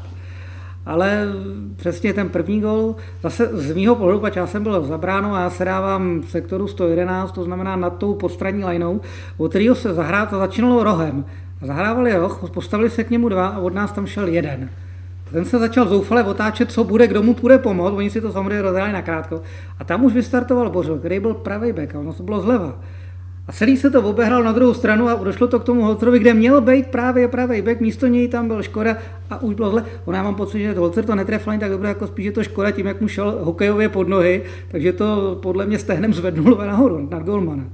Ale přesně ten první gol, zase z mýho pohledu, pač já jsem byl za bránou a já se dávám v sektoru 111, to znamená nad tou podstranní lineou, od kterého se zahrát a začínalo rohem. Zahrávali roh, postavili se k němu 2 a od nás tam šel 1. Ten se začal zoufale otáčet, co bude, kdo mu půjde pomoct, oni si to samozřejmě rozhráli nakrátko. A tam už vystartoval Bořil, který byl pravý back a ono to bylo zleva. A celý se to obehral na druhou stranu a došlo to k tomu Holcerovi, kde měl být právě pravý back, místo něj tam byl Škoda a už bylo zle. Já mám pocit, že Holcer to netrefil ani tak dobře, jako spíš je to Škoda tím, jak mu šel hokejově pod nohy, takže to podle mě stehnem zvednul nahoru nad golmana.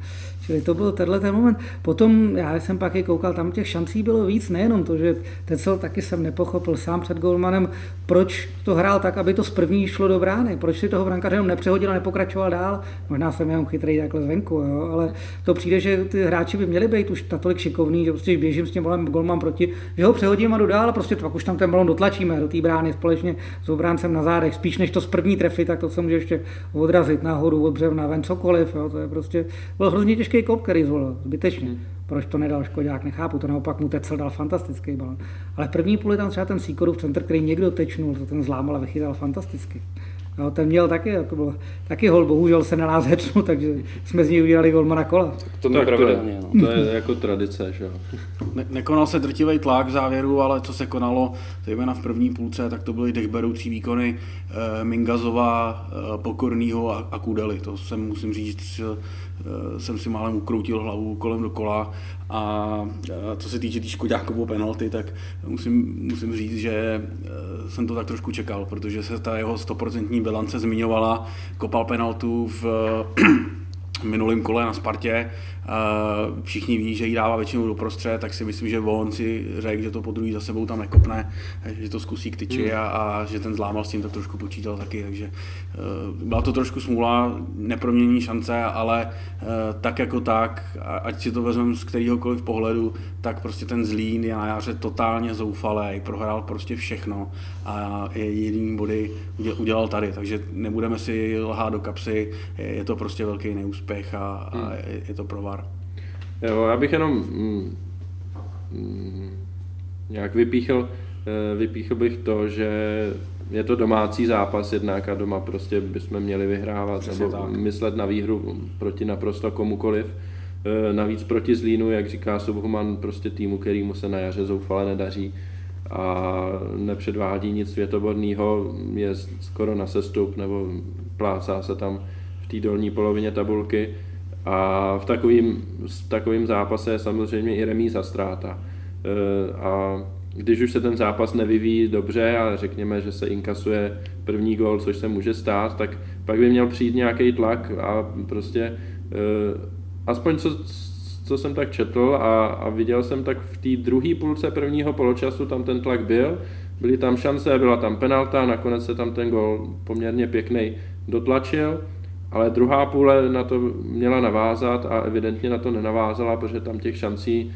Čili to byl tenhle moment. Potom já jsem pak i koukal, tam těch šancí bylo víc, nejenom to, že Tecel taky jsem nepochopil sám před golmanem, proč to hrál tak, aby to z první šlo do brány, proč si toho brankáře jenom nepřehodil a nepokračoval dál. Možná jsem jenom chytrý takhle zvenku, jo? Ale to přijde, že ty hráči by měli být už natolik šikovný, že prostě běžím s tím golman proti, že ho přehodím a jdu dál a prostě pak už tam ten balon dotlačíme do té brány společně s obráncem na zádech. Spíš než to z první trefy, tak to se může ještě odrazit nahoru, od břevna, ven, cokoliv. Jo? To je prostě, byl hrozně těžký kop, který zvolil, zbytečně. Proč to nedal Škodák, nechápu, to naopak mu Tecel dal fantastický balon. Ale v první půli tam třeba ten Sýkorův centr, který někdo tečnul, to ten zlámal a vychytal fantasticky. No, ten měl taky, jako bylo, taky hol, bohužel se na nás hecnul, takže jsme z něj udělali golmana kola. To je pravidelně. To je jako tradice, že jo. Nekonal se drtivý tlak v závěru, ale co se konalo, zejména v první půlce, tak to byly dechberoucí výkony Mingazova, Pokornýho a Kudely. To jsem, musím říct, jsem si málem ukroutil hlavu kolem dokola. A co se týče Škoďákovo penalty, tak musím říct, že jsem to tak trošku čekal, protože se ta jeho 100% bilance zmiňovala, kopal penaltu v minulém kole na Spartě. Všichni ví, že ji dává většinou doprostřed, tak si myslím, že on si řekl, že to po druhý za sebou tam nekopne, že to zkusí k tyči a že ten zlámal s tím tak trošku počítal taky, takže byla to trošku smůla, nepromění šance, ale tak jako tak, ať si to vezmeme z kterýhokoliv pohledu, tak prostě ten Zlín je na jaře totálně zoufalý, prohrál prostě všechno a jediný body udělal tady, takže nebudeme si lhát do kapsy, je to prostě velký neúspěch a je to provar. Jo, já bych jenom nějak vypíchl bych to, že je to domácí zápas jednak a doma prostě bychom měli vyhrávat. Přesně nebo tak. Myslet na výhru proti naprosto komukoliv. Navíc proti Zlínu, jak říká Subhuman, prostě týmu, kterýmu se na jaře zoufale nedaří a nepředvádí nic světoborného, je skoro na sestup nebo plácá se tam v té dolní polovině tabulky. A v takovým zápase je samozřejmě i remíza ztráta. A když už se ten zápas nevyvíjí dobře, ale řekněme, že se inkasuje první gól, což se může stát, tak pak by měl přijít nějaký tlak a prostě aspoň co jsem tak četl a viděl jsem, tak v té druhé půlce prvního poločasu tam ten tlak byl, byly tam šance, byla tam penalta, nakonec se tam ten gól poměrně pěkný dotlačil. Ale druhá půle na to měla navázat a evidentně na to nenavázala, protože tam těch šancí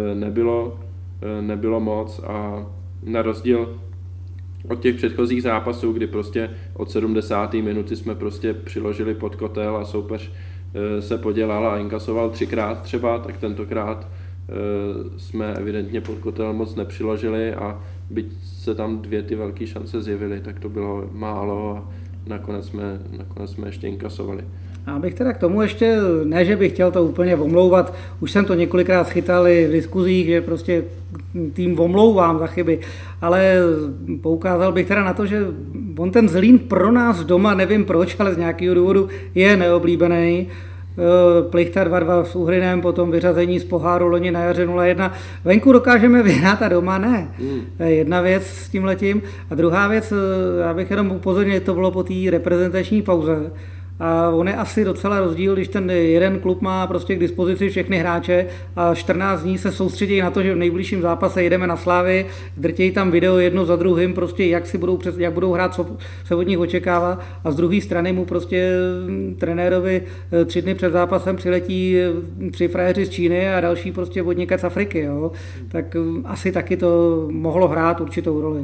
nebylo moc a na rozdíl od těch předchozích zápasů, kdy prostě od 70. minuty jsme prostě přiložili pod kotel a soupeř se podělal a inkasoval 3krát třeba, tak tentokrát jsme evidentně pod kotel moc nepřiložili a byť se tam 2 ty velké šance zjevily, tak to bylo málo a nakonec jsme ještě inkasovali. Já bych teda k tomu ještě, ne, že bych chtěl to úplně omlouvat, už jsem to několikrát schytal i v diskuzích, že prostě tým omlouvám za chyby, ale poukázal bych teda na to, že on ten Zlín pro nás doma, nevím proč, ale z nějakého důvodu je neoblíbený. Plichta 2-2 s Uhrinem, potom vyřazení z poháru loni na jaře 0-1. Venku dokážeme vyhrát a doma ne. To je jedna věc s tímhletím. A druhá věc, já bych jenom upozornil, to bylo po té reprezentační pauze. A on je asi docela rozdíl, když ten jeden klub má prostě k dispozici všechny hráče a 14 dní se soustředí na to, že v nejbližším zápase jedeme na Slávy, drtějí tam video jedno za druhým, prostě jak budou hrát, co se od nich očekává a z druhé strany mu prostě trenérovi 3 dny před zápasem přiletí 3 frajeři z Číny a další prostě od někde z Afriky, jo. Tak asi taky to mohlo hrát určitou roli.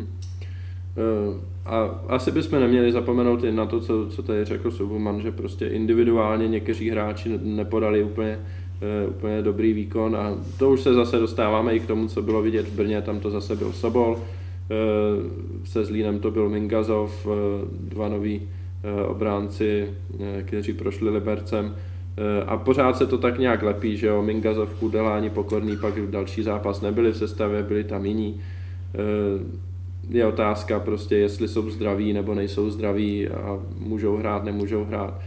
A asi bychom neměli zapomenout i na to, co tady řekl Subhuman, že prostě individuálně někteří hráči nepodali úplně dobrý výkon a to už se zase dostáváme i k tomu, co bylo vidět v Brně, tam to zase byl Sobol, se Zlínem to byl Mingazov, 2 noví obránci, kteří prošli Libercem a pořád se to tak nějak lepí, že jo, Mingazov, Kudela ani Pokorný pak v další zápas nebyli v sestavě, byli tam jiní. Je otázka prostě, jestli jsou zdraví nebo nejsou zdraví a můžou hrát, nemůžou hrát.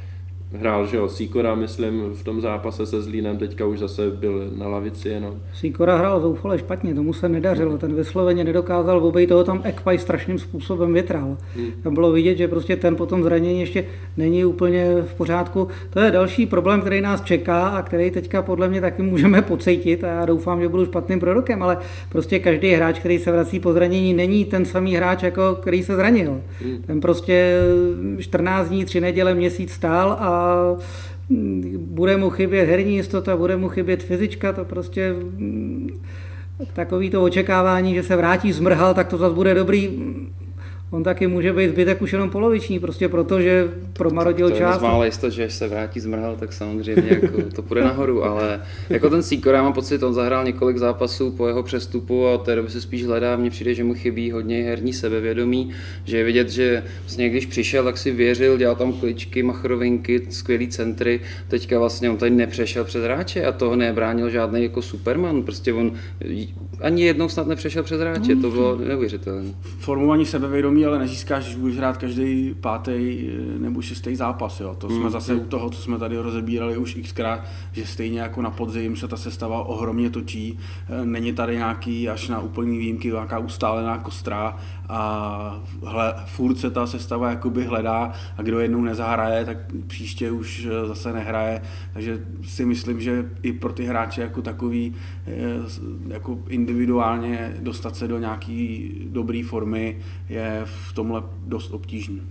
hrál, že jo, Sýkora, myslím, v tom zápase se Zlínem, teďka už zase byl na lavici jenom. Sýkora hrál zoufale špatně, tomu se nedařilo, ten vysloveně nedokázal, obej toho tam Ekpaj strašným způsobem vytral. Tam bylo vidět, že prostě ten potom zranění ještě není úplně v pořádku. To je další problém, který nás čeká a který teďka podle mě taky můžeme pocítit a já doufám, že budu špatným prorokem, ale prostě každý hráč, který se vrací po zranění, není ten samý hráč, jako který se zranil. Ten prostě 14 dní, 3 neděle, měsíc stál a bude mu chybět herní jistota, bude mu chybět fyzička, to prostě takový to očekávání, že se vrátí zmrhal, tak to zase bude dobrý. On taky může být zbytek už jenom poloviční, prostě proto, že promarodil čas. To je málo jistot, že se vrátí zmrhal, tak samozřejmě jako to půjde nahoru, ale jako ten Sýkora, já mám pocit, on zahrál několik zápasů po jeho přestupu a od té doby se spíš hledá, mně přijde, že mu chybí hodně herní sebevědomí, že je vidět, že vlastně když přišel, tak si věřil, dělal tam kličky, machrovinky, skvělý centry, teďka vlastně on tady nepřešel přes hráče a toho nebránil žádný jako Superman, prostě on ani jednou snad nepřešel přes hráče, to bylo neuvěřitelné. Formovaní sebevědomí, ale nezískáš, když budeš hrát každý 5. nebo 6. zápas. Jo. To jsme zase u toho, co jsme tady rozebírali už xkrát, že stejně jako na podzim se ta sestava ohromně točí. Není tady nějaký až na úplný výjimky, nějaká ustálená kostra a furt se ta sestava jakoby hledá a kdo jednou nezahraje, tak příště už zase nehraje. Takže si myslím, že i pro ty hráče jako takový jako individuálně dostat se do nějaký dobré formy je v tomhle dost obtížný.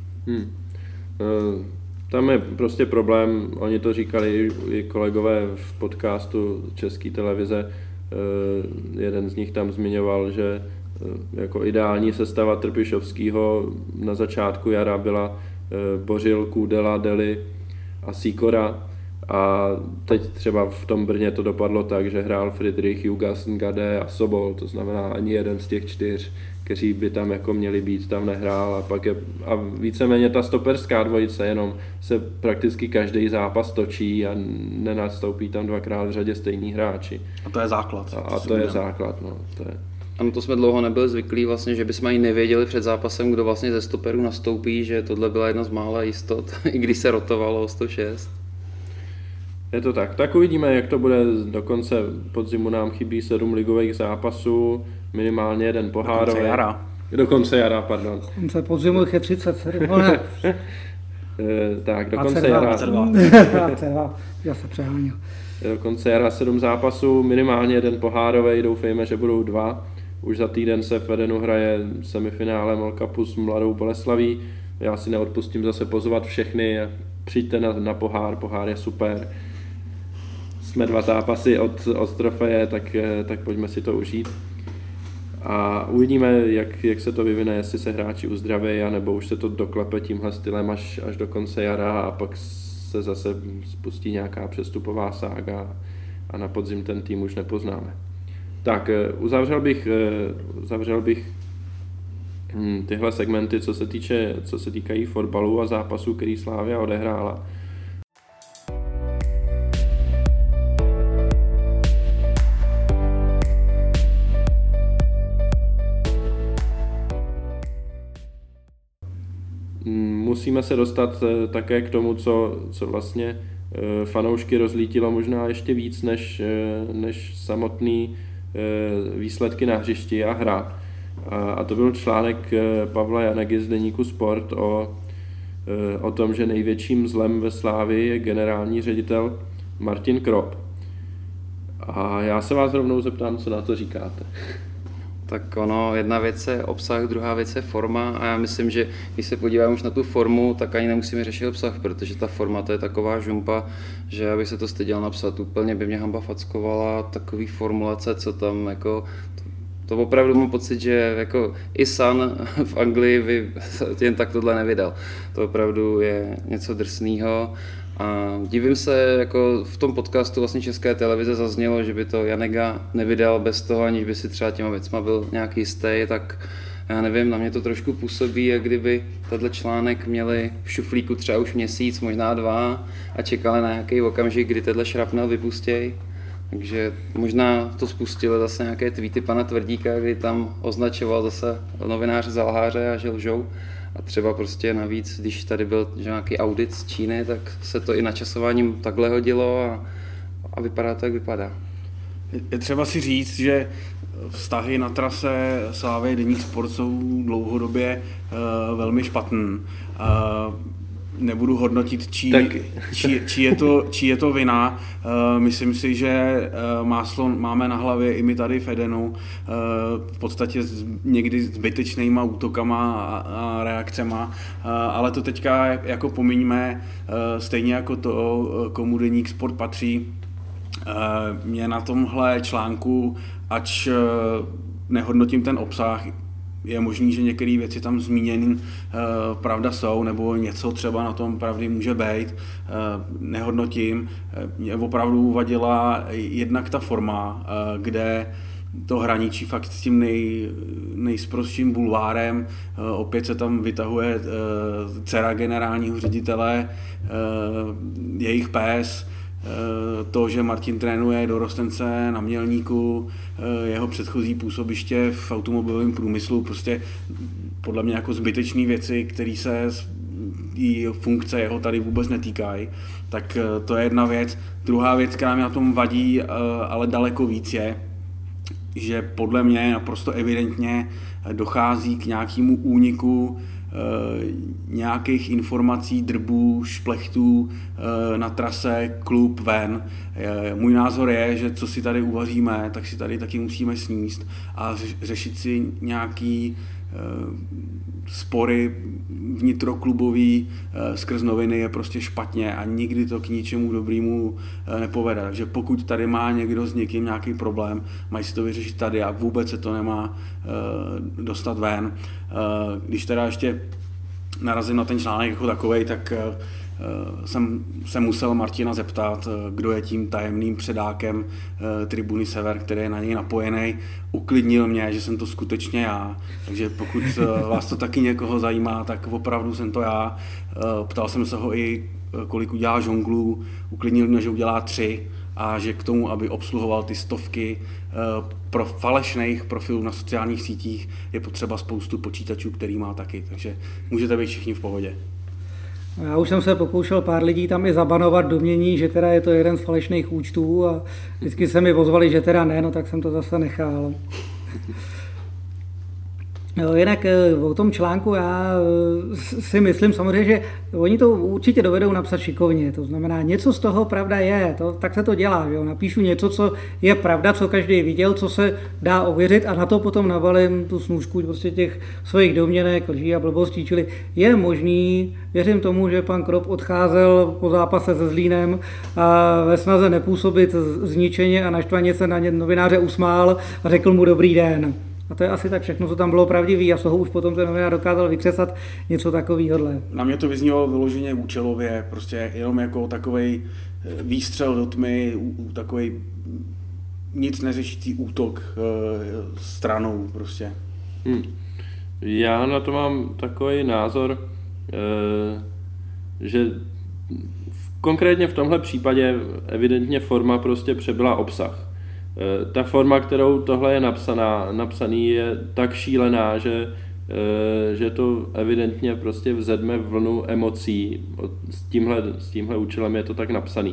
Tam je prostě problém, oni to říkali i kolegové v podcastu České televize, jeden z nich tam zmiňoval, že jako ideální sestava Trpišovského na začátku jara byla Bořil, Kůdela, Deli a Sýkora. A teď třeba v tom Brně to dopadlo tak, že hrál Friedrich, Jugas, Ngade a Sobol, to znamená ani jeden z těch 4, kteří by tam jako měli být, tam nehrál a víceméně ta stoperská dvojice jenom se prakticky každý zápas točí a nenastoupí tam 2krát v řadě stejní hráči. A to je základ. A to je základ, no. To je. Ano, to jsme dlouho nebyli zvyklí vlastně, že bychom ani nevěděli před zápasem, kdo vlastně ze stoperů nastoupí, že tohle byla jedna z mála jistot, i když se rotovalo o 106. Je to tak. Tak uvidíme, jak to bude. Do konce podzimu nám chybí 7 ligových zápasů, minimálně 1 pohárový. Do konce jara, pardon. Do konce podzimu je 37. Tak, do konce jara. 22. Já se přeháněl. Do konce jara 7 zápasů, minimálně 1 pohárový, doufejme, že budou 2. Už za týden se v Edenu hraje semifinále MOL Cupu s Mladou Boleslaví. Já si neodpustím zase pozvat všechny. Přijďte na pohár je super. Jsme 2 zápasy od trofeje, tak pojďme si to užít. A uvidíme, jak se to vyvine, jestli se hráči uzdraví, anebo už se to doklepe tímhle stylem až do konce jara a pak se zase spustí nějaká přestupová sága a na podzim ten tým už nepoznáme. Tak, uzavřel bych tyhle segmenty, co se týkají fotbalu a zápasů, který Slavia odehrála. Musíme se dostat také k tomu, co vlastně fanoušky rozlítilo možná ještě víc než samotný výsledky na hřišti a hra. A to byl článek Pavla Janegy z deníku Sport o tom, že největším zlem ve Slavii je generální ředitel Martin Krop. A já se vás rovnou zeptám, co na to říkáte. Tak ono, jedna věc je obsah, druhá věc je forma a já myslím, že když se podíváme už na tu formu, tak ani nemusíme řešit obsah, protože ta forma to je taková žumpa, že abych se to styděl napsat, úplně by mě hamba fackovala takový formulace, co tam jako, to opravdu mám pocit, že jako i Sun v Anglii by jen tak tohle nevydal. To opravdu je něco drsného. A divím se, jako v tom podcastu vlastně České televize zaznělo, že by to Janega nevydal bez toho, aniž by si třeba těma věcma byl nějak jistý, tak já nevím, na mě to trošku působí, jak kdyby tenhle článek měli v šuflíku třeba už měsíc, možná 2 a čekali na nějaký okamžik, kdy tenhle šrapnel vypustěj. Takže možná to spustilo zase nějaké tweety pana Tvrdíka, kdy tam označoval zase novináře za lháře a že lžou. A třeba prostě navíc, když tady byl nějaký audit z Číny, tak se to i načasováním takhle hodilo a vypadá to, jak vypadá. Je třeba si říct, že vztahy na trase Slavie Deník Sport jsou dlouhodobě velmi špatný. Nebudu hodnotit, čí je to vina. Myslím si, že máslo máme na hlavě i my tady v Edenu, v podstatě někdy zbytečnýma útokama a reakcema, ale to teďka jako pomiňme, stejně jako to, komu Deník Sport patří. Mě na tomhle článku, ač nehodnotím ten obsah, je možný, že některé věci tam zmíněné pravda jsou, nebo něco třeba na tom pravdy může být. Nehodnotím. Mě opravdu vadila jednak ta forma, kde to hraničí fakt s tím nejsprostším bulvárem. Opět se tam vytahuje dcera generálního ředitele, jejich pes, to, že Martin trénuje dorostence na Mělníku, jeho předchozí působiště v automobilovém průmyslu, prostě podle mě jako zbytečné věci, které se i funkce jeho tady vůbec netýkají. Tak to je jedna věc. Druhá věc, která mi na tom vadí, ale daleko víc je, že podle mě naprosto evidentně dochází k nějakému úniku nějakých informací, drbů, šplechtů na trase klub ven. Můj názor je, že co si tady uvaříme, tak si tady taky musíme sníst a řešit si nějaký spory vnitroklubový skrz noviny je prostě špatně a nikdy to k ničemu dobrému nepovede. Takže pokud tady má někdo s někým nějaký problém, mají si to vyřešit tady a vůbec se to nemá dostat ven. Když teda ještě narazím na ten článek jako takovej, tak jsem se musel Martina zeptat, kdo je tím tajemným předákem Tribuny Sever, který je na něj napojený. Uklidnil mě, že jsem to skutečně já, takže pokud vás to taky někoho zajímá, tak opravdu jsem to já. Ptal jsem se ho i, kolik udělá žonglů, uklidnil mě, že udělá 3 a že k tomu, aby obsluhoval ty stovky pro falešných profilů na sociálních sítích, je potřeba spoustu počítačů, který má taky, takže můžete být všichni v pohodě. Já už jsem se pokoušel pár lidí tam i zabanovat domění, že teda je to jeden z falešných účtů a vždycky se mi ozvali, že teda ne, no tak jsem to zase nechal. No, jinak o tom článku já si myslím samozřejmě, že oni to určitě dovedou napsat šikovně, to znamená něco z toho pravda je, tak se to dělá, jo? Napíšu něco, co je pravda, co každý viděl, co se dá ověřit a na to potom nabalím tu snůžku prostě těch svých domněnek, lží a blbostí, čili je možný, věřím tomu, že pan Krop odcházel po zápase se Zlínem a ve snaze nepůsobit zničeně a naštvaně se na ně novináře usmál a řekl mu dobrý den. A to je asi tak všechno, co tam bylo pravdivý a z toho už potom ten novinář dokázal vykřesat něco takovýhodle. Na mě to vyznívalo vyloženě účelově, prostě jenom jako takovej výstřel do tmy, takovej nic neřešící útok stranou prostě. Já na to mám takový názor, že konkrétně v tomhle případě evidentně forma prostě přebyla obsah. Ta forma, kterou tohle je napsaný, je tak šílená, že to evidentně prostě vzedme vlnu emocí. S tímhle účelem je to tak napsaný.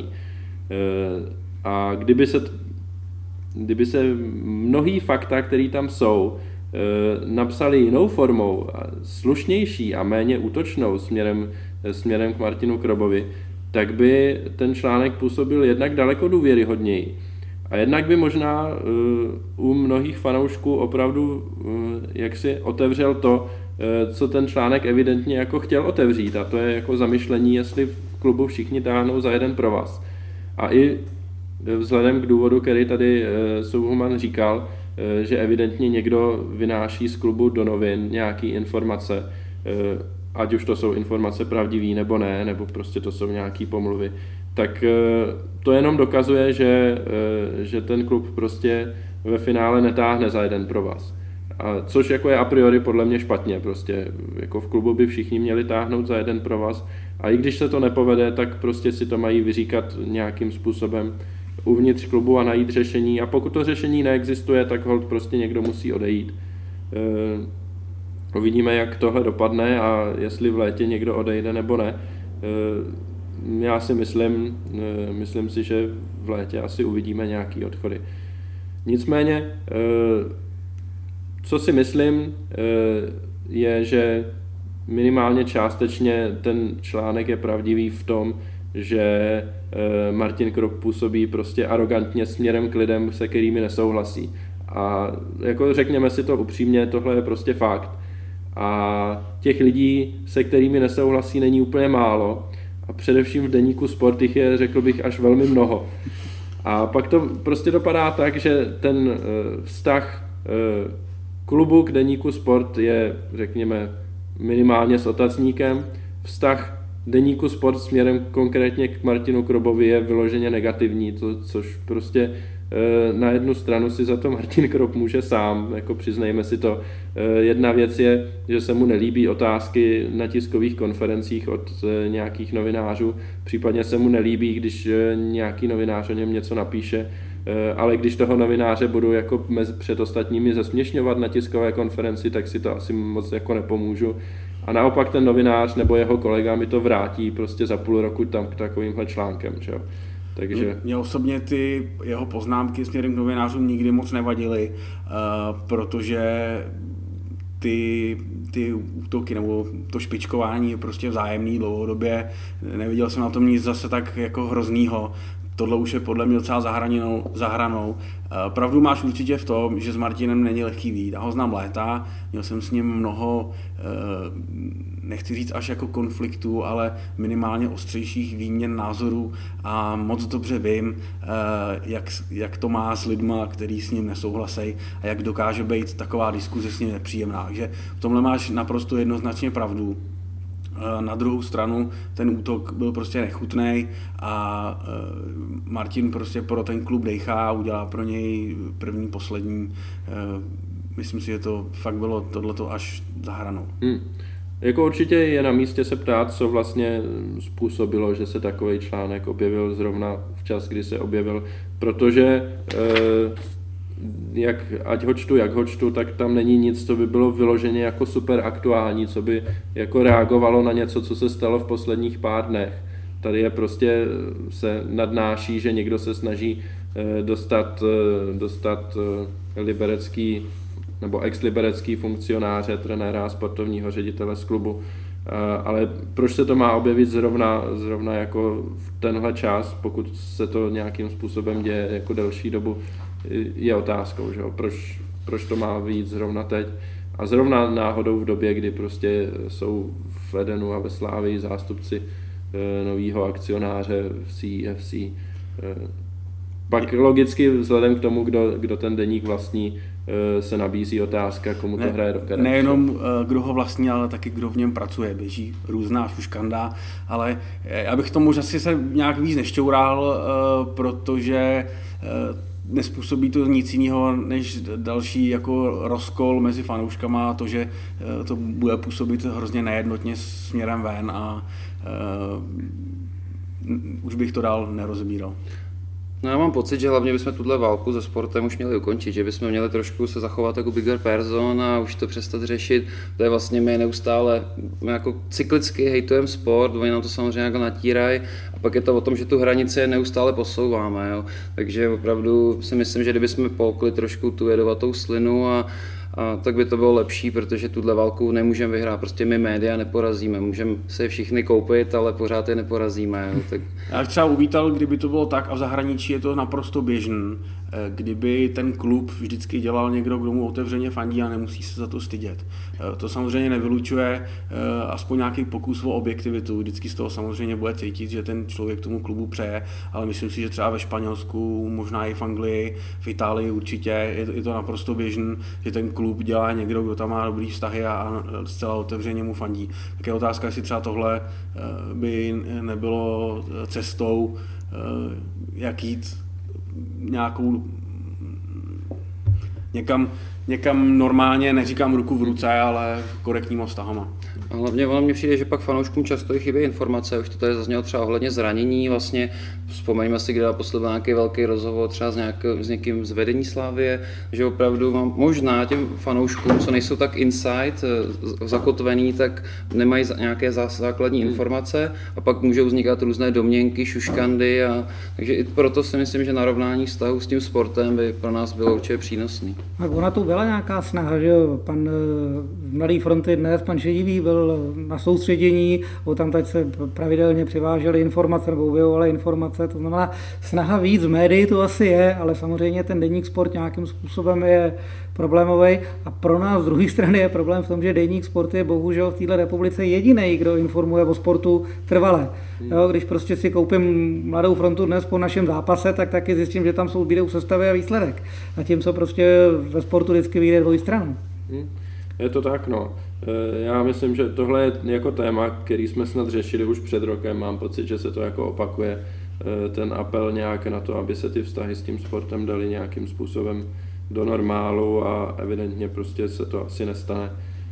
A kdyby se mnohý fakta, které tam jsou, napsali jinou formou, slušnější a méně útočnou směrem k Martinu Krobovi, tak by ten článek působil jednak daleko důvěryhodněji. A jednak by možná u mnohých fanoušků opravdu jaksi otevřel to, co ten článek evidentně jako chtěl otevřít. A to je jako zamyšlení, jestli v klubu všichni táhnou za jeden provaz. A i vzhledem k důvodu, který tady Souhuman říkal, že evidentně někdo vynáší z klubu do novin nějaký informace, ať už to jsou informace pravdivý nebo ne, nebo prostě to jsou nějaký pomluvy, tak to jenom dokazuje, že ten klub prostě ve finále netáhne za jeden provaz. Což jako je a priori podle mě špatně, prostě jako v klubu by všichni měli táhnout za jeden provaz a i když se to nepovede, tak prostě si to mají vyříkat nějakým způsobem uvnitř klubu a najít řešení a pokud to řešení neexistuje, tak holt prostě někdo musí odejít. Uvidíme, jak tohle dopadne a jestli v létě někdo odejde nebo ne. Já si myslím si, že v létě asi uvidíme nějaký odchody. Nicméně, co si myslím, je, že minimálně částečně ten článek je pravdivý v tom, že Martin Krop působí prostě arrogantně směrem k lidem, se kterými nesouhlasí. A jako řekněme si to upřímně, tohle je prostě fakt. A těch lidí, se kterými nesouhlasí, není úplně málo. A především v deníku Sport jich je, řekl bych, až velmi mnoho. A pak to prostě dopadá tak, že ten vztah klubu k deníku Sport je, řekněme, minimálně s otazníkem. Vztah deníku Sport směrem konkrétně k Martinu Krobovi je vyloženě negativní, což prostě na jednu stranu si za to Martin Krop může sám, jako přiznejme si to. Jedna věc je, že se mu nelíbí otázky na tiskových konferencích od nějakých novinářů, případně se mu nelíbí, když nějaký novinář o něm něco napíše, ale když toho novináře budu jako před ostatními zesměšňovat na tiskové konferenci, tak si to asi moc jako nepomůžu. A naopak ten novinář nebo jeho kolega mi to vrátí prostě za půl roku tam k takovýmhle článkem, že jo. Takže... Mě osobně ty jeho poznámky směrem k novinářům nikdy moc nevadily, protože ty útoky nebo to špičkování je prostě vzájemný dlouhodobě. Neviděl jsem na tom nic zase tak jako hroznýho. Tohle už je podle mě docela za hranou. Pravdu máš určitě v tom, že s Martinem není lehký vyjít. Já ho znám léta, měl jsem s ním mnoho, nechci říct až jako konfliktů, ale minimálně ostřejších výměn názorů a moc dobře vím, jak to má s lidma, který s ním nesouhlasí a jak dokáže být taková diskuze s ním nepříjemná. Takže v tomhle máš naprosto jednoznačně pravdu. Na druhou stranu ten útok byl prostě nechutnej a Martin prostě pro ten klub dejchá, udělá pro něj první, poslední. Myslím si, že to fakt bylo tohleto až za hranou. Jako určitě je na místě se ptát, co vlastně způsobilo, že se takový článek objevil zrovna včas, kdy se objevil, protože ať ho čtu, tak tam není nic, co by bylo vyloženě jako super aktuální, co by jako reagovalo na něco, co se stalo v posledních pár dnech. Tady je prostě se nadnáší, že někdo se snaží dostat liberecký nebo ex-liberecký funkcionáře, trenéra a sportovního ředitele z klubu. Ale proč se to má objevit zrovna jako v tenhle čas, pokud se to nějakým způsobem děje jako delší dobu, je otázkou, že jo? Proč to má vyjít zrovna teď. A zrovna náhodou v době, kdy prostě jsou v Edenu a ve Slávii zástupci nového akcionáře v CFC. Pak logicky vzhledem k tomu, kdo ten deník vlastní, se nabízí otázka, komu to hraje do karet. Nejenom kdo ho vlastní, ale taky kdo v něm pracuje. Běží různá šuškanda, ale já bych tomu už asi se nějak víc nešťoural, protože nespůsobí to nic jiného, než další jako rozkol mezi fanouškama a to, že to bude působit hrozně nejednotně směrem ven a už bych to dál nerozbíral. No já mám pocit, že hlavně bychom tuhle válku se sportem už měli ukončit, že bychom měli trošku se zachovat jako bigger person a už to přestat řešit. To je vlastně my neustále jako cyklicky hejtujeme sport, oni nám to samozřejmě jako natírají a pak je to o tom, že tu hranici neustále posouváme. Jo. Takže opravdu si myslím, že kdybychom polkli trošku tu jedovatou slinu a tak by to bylo lepší, protože tuhle válku nemůžeme vyhrát. Prostě my média neporazíme. Můžeme se všichni koupit, ale pořád je neporazíme. Jo. Tak... Já bych třeba uvítal, kdyby to bylo tak a v zahraničí je to naprosto běžný. Kdyby ten klub vždycky dělal někdo, kdo mu otevřeně fandí a nemusí se za to stydět. To samozřejmě nevylučuje aspoň nějaký pokus o objektivitu. Vždycky z toho samozřejmě bude cítit, že ten člověk tomu klubu přeje, ale myslím si, že třeba ve Španělsku, možná i v Anglii, v Itálii určitě je to naprosto běžný, že ten klub dělá někdo, kdo tam má dobrý vztahy a zcela otevřeně mu fandí. Tak je otázka, jestli třeba tohle by nebylo cestou, jak jít nějakou někam normálně, neříkám ruku v ruce, ale korektníma vztahama. A hlavně ono mně přijde, že pak fanouškům často i chybí informace, už to tady zaznělo třeba ohledně zranění, vlastně vzpomeňme si, kde naposled nějaký velký rozhovor třeba s někým z vedení Slavie, že opravdu mám možná těm fanouškům, co nejsou tak inside, zakotvený, tak nemají nějaké základní informace a pak můžou vznikat různé domněnky, šuškandy, takže i proto si myslím, že narovnání vztahu s tím sportem by pro nás bylo určitě přínosný. A ona tu byla nějaká snaha, že jo, pan Mladý fronty dnes, pan Šedivý byl na soustředění, tam teď se pravidelně přivážely informace nebo objevovaly informace, to znamená snaha víc v médii to asi je, ale samozřejmě ten deník Sport nějakým způsobem je problémový a pro nás z druhé strany je problém v tom, že deník Sport je bohužel v této republice jediný, kdo informuje o sportu trvale. Jo, když prostě si koupím Mladou frontu dnes po našem zápase, tak taky zjistím, že tam jsou bídou sestavy a výsledek. Zatímco prostě ve sportu vždycky vyjde dvojstranu. Je to tak, no. Já myslím, že tohle je jako téma, který jsme snad řešili už před rokem. Mám pocit, že se to jako opakuje. Ten apel nějak na to, aby se ty vztahy s tím sportem daly nějakým způsobem do normálu a evidentně prostě se to asi nestane.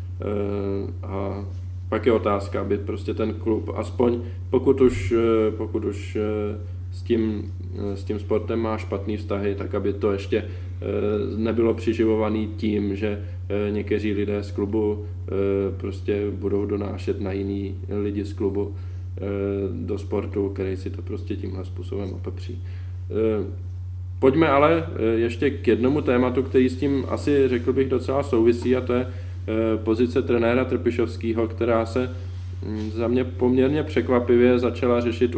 A pak je otázka, aby prostě ten klub, aspoň pokud už s tím sportem má špatný vztahy, tak aby to ještě nebylo přiživovaný tím, že někteří lidé z klubu prostě budou donášet na jiný lidi z klubu do sportu, který si to prostě tímhle způsobem opepří. Pojďme ale ještě k jednomu tématu, který s tím asi řekl bych docela souvisí, a to je pozice trenéra Trpišovského, která se za mě poměrně překvapivě začala řešit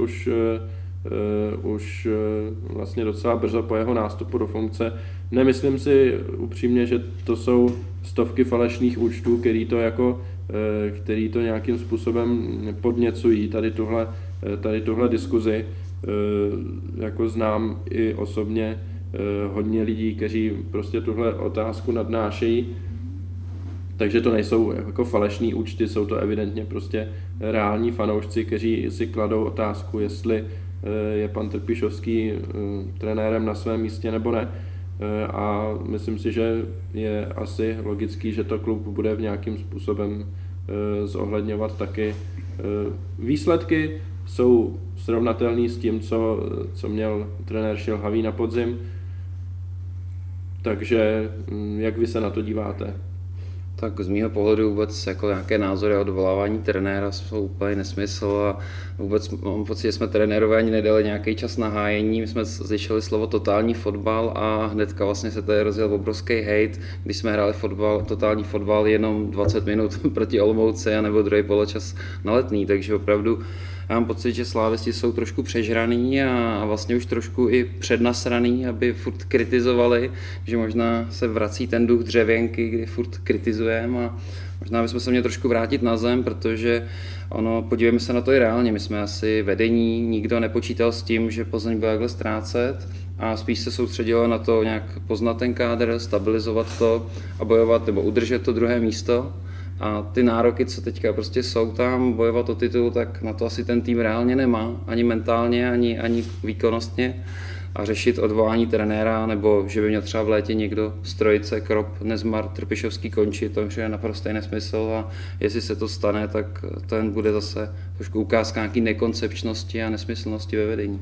už vlastně docela brzo po jeho nástupu do funkce. Nemyslím si upřímně, že to jsou stovky falešných účtů, který to nějakým způsobem podněcují tady tuhle diskuzi. Jako znám i osobně hodně lidí, kteří prostě tuhle otázku nadnášejí. Takže to nejsou jako falešní účty, jsou to evidentně prostě reální fanoušci, kteří si kladou otázku, jestli je pan Trpišovský trenérem na svém místě nebo ne. A myslím si, že je asi logický, že to klub bude v nějakým způsobem zohledňovat taky. Výsledky jsou srovnatelné s tím, co měl trenér Šilhavý na podzim. Takže jak vy se na to díváte? Tak z mýho pohledu vůbec jako nějaké názory a odvolávání trenéra jsou úplně nesmysl a vůbec mám pocit, že jsme trenérové ani nedali nějaký čas na hájení. My jsme slyšeli slovo totální fotbal a hnedka vlastně se tady rozjel obrovský hejt, když jsme hráli totální fotbal jenom 20 minut proti Olomouci a nebo druhý poločas na Letný, takže opravdu já mám pocit, že slávisti jsou trošku přežraný a vlastně už trošku i přednasraný, aby furt kritizovali, že možná se vrací ten duch dřevěnky, kdy furt kritizujeme a možná bychom se měli trošku vrátit na zem, protože podívejme se na to i reálně, my jsme asi vedení, nikdo nepočítal s tím, že Plzeň bude takhle ztrácet a spíš se soustředilo na to nějak poznat ten kádr, stabilizovat to a bojovat nebo udržet to druhé místo. A ty nároky, co teďka prostě jsou tam, bojovat o titul, tak na to asi ten tým reálně nemá, ani mentálně, ani výkonnostně. A řešit odvolání trenéra, nebo že by měl třeba v létě někdo z trojice, Krop, Nezmar, Trpišovský končit, to je naprosto nesmysl a jestli se to stane, tak ten bude zase trošku ukázka nějaký nekoncepčnosti a nesmyslnosti ve vedení.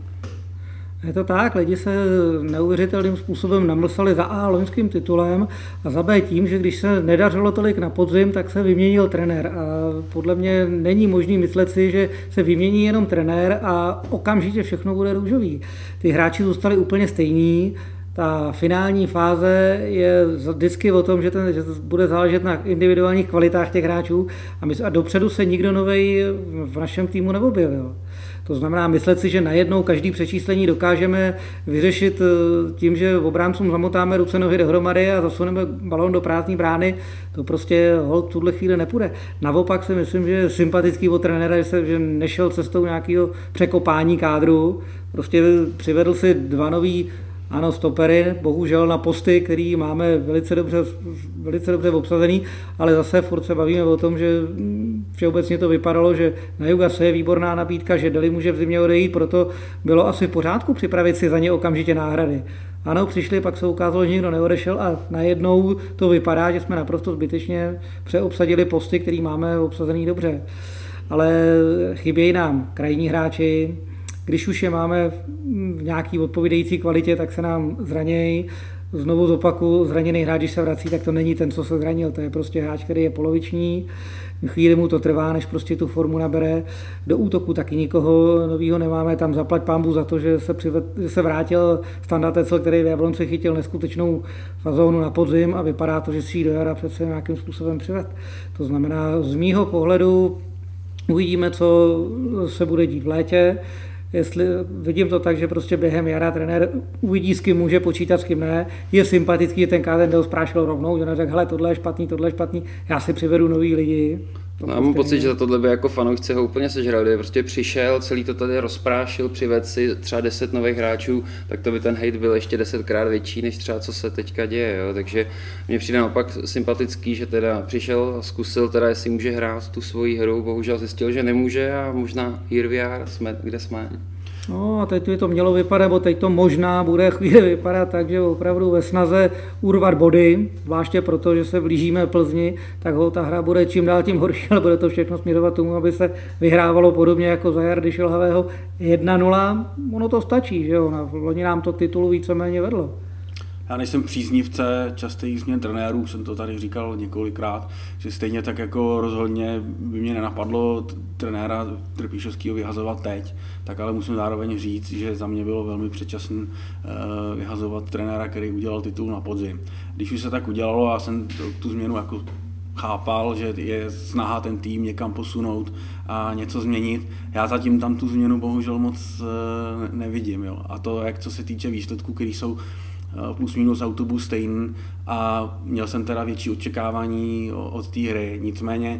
Je to tak, lidi se neuvěřitelným způsobem namlsali za A loňským titulem a za B tím, že když se nedařilo tolik na podzim, tak se vyměnil trenér. A podle mě není možný myslet si, že se vymění jenom trenér a okamžitě všechno bude růžový. Ty hráči zůstali úplně stejní. Ta finální fáze je vždycky o tom, že bude záležet na individuálních kvalitách těch hráčů a dopředu se nikdo novej v našem týmu neobjevil. To znamená myslet si, že najednou každý přečíslení dokážeme vyřešit tím, že obráncům zamotáme ruce nohy dohromady a zasuneme balón do prázdné brány, to prostě holt v tuhle chvíli nepůjde. Naopak si myslím, že je sympatický od trenéra, že nešel cestou nějakého překopání kádru, prostě přivedl si dva nový stopery, bohužel na posty, který máme velice dobře obsazený, ale zase furt se bavíme o tom, že všeobecně to vypadalo, že na Jugase je výborná nabídka, že Deli může v zimě odejít, proto bylo asi v pořádku připravit si za ně okamžitě náhrady. Ano, přišli, pak se ukázalo, že nikdo neodešel a najednou to vypadá, že jsme naprosto zbytečně přeobsadili posty, který máme obsazený dobře. Ale chybějí nám krajní hráči, když už je máme v nějaký odpovídající kvalitě, tak se nám zranějí. Znovu zopakuju, zraněný hráč, když se vrací, tak to není ten, co se zranil, to je prostě hráč, který je poloviční. Chvíli mu to trvá, než prostě tu formu nabere. Do útoku taky nikoho novýho nemáme, tam zaplať pánbůh za to, že se vrátil Standa Tecl, který v Jablonci chytil neskutečnou fazónu na podzim a vypadá to, že si ji do jara přece nějakým způsobem přived. To znamená, z mýho pohledu uvidíme, co se bude dít v létě. Jestli vidím to tak, že prostě během jara trenér uvidí, s kým může počítat, s kým ne. Je sympatický, že ten kázen sprášil rovnou, že neřekl, hele, tohle je špatný, já si přivedu nový lidi. Já mám pocit, že za tohle by jako fanoušci ho úplně sežrali, prostě přišel, celý to tady rozprášil, přivedl si třeba 10 nových hráčů, tak to by ten hejt byl ještě 10krát větší, než třeba co se teďka děje, jo? Takže mně přijde naopak sympatický, že teda přišel a zkusil teda, jestli může hrát tu svoji hru, bohužel zjistil, že nemůže a možná here we are, jsme, kde jsme. No a teď to mělo vypadat, nebo teď to možná bude chvíli vypadat tak, že opravdu ve snaze urvat body, zvláště proto, že se blížíme Plzni, tak ta hra bude čím dál tím horší, ale bude to všechno směrovat tomu, aby se vyhrávalo podobně jako za Jardy Šilhavého 1-0. Ono to stačí, že jo, loni nám to titulu víceméně vedlo. Já nejsem příznivce častých změn trenérů, jsem to tady říkal několikrát, že stejně tak jako rozhodně by mě nenapadlo trenéra Trpišovského vyhazovat teď, tak ale musím zároveň říct, že za mě bylo velmi předčasné vyhazovat trenéra, který udělal titul na podzim. Když už se tak udělalo, já jsem tu změnu jako chápal, že je snaha ten tým někam posunout a něco změnit. Já zatím tam tu změnu bohužel moc nevidím. Jo. A to, jak co se týče výsledků, které jsou plus minus autobus stejný a měl jsem teda větší očekávání od té hry, nicméně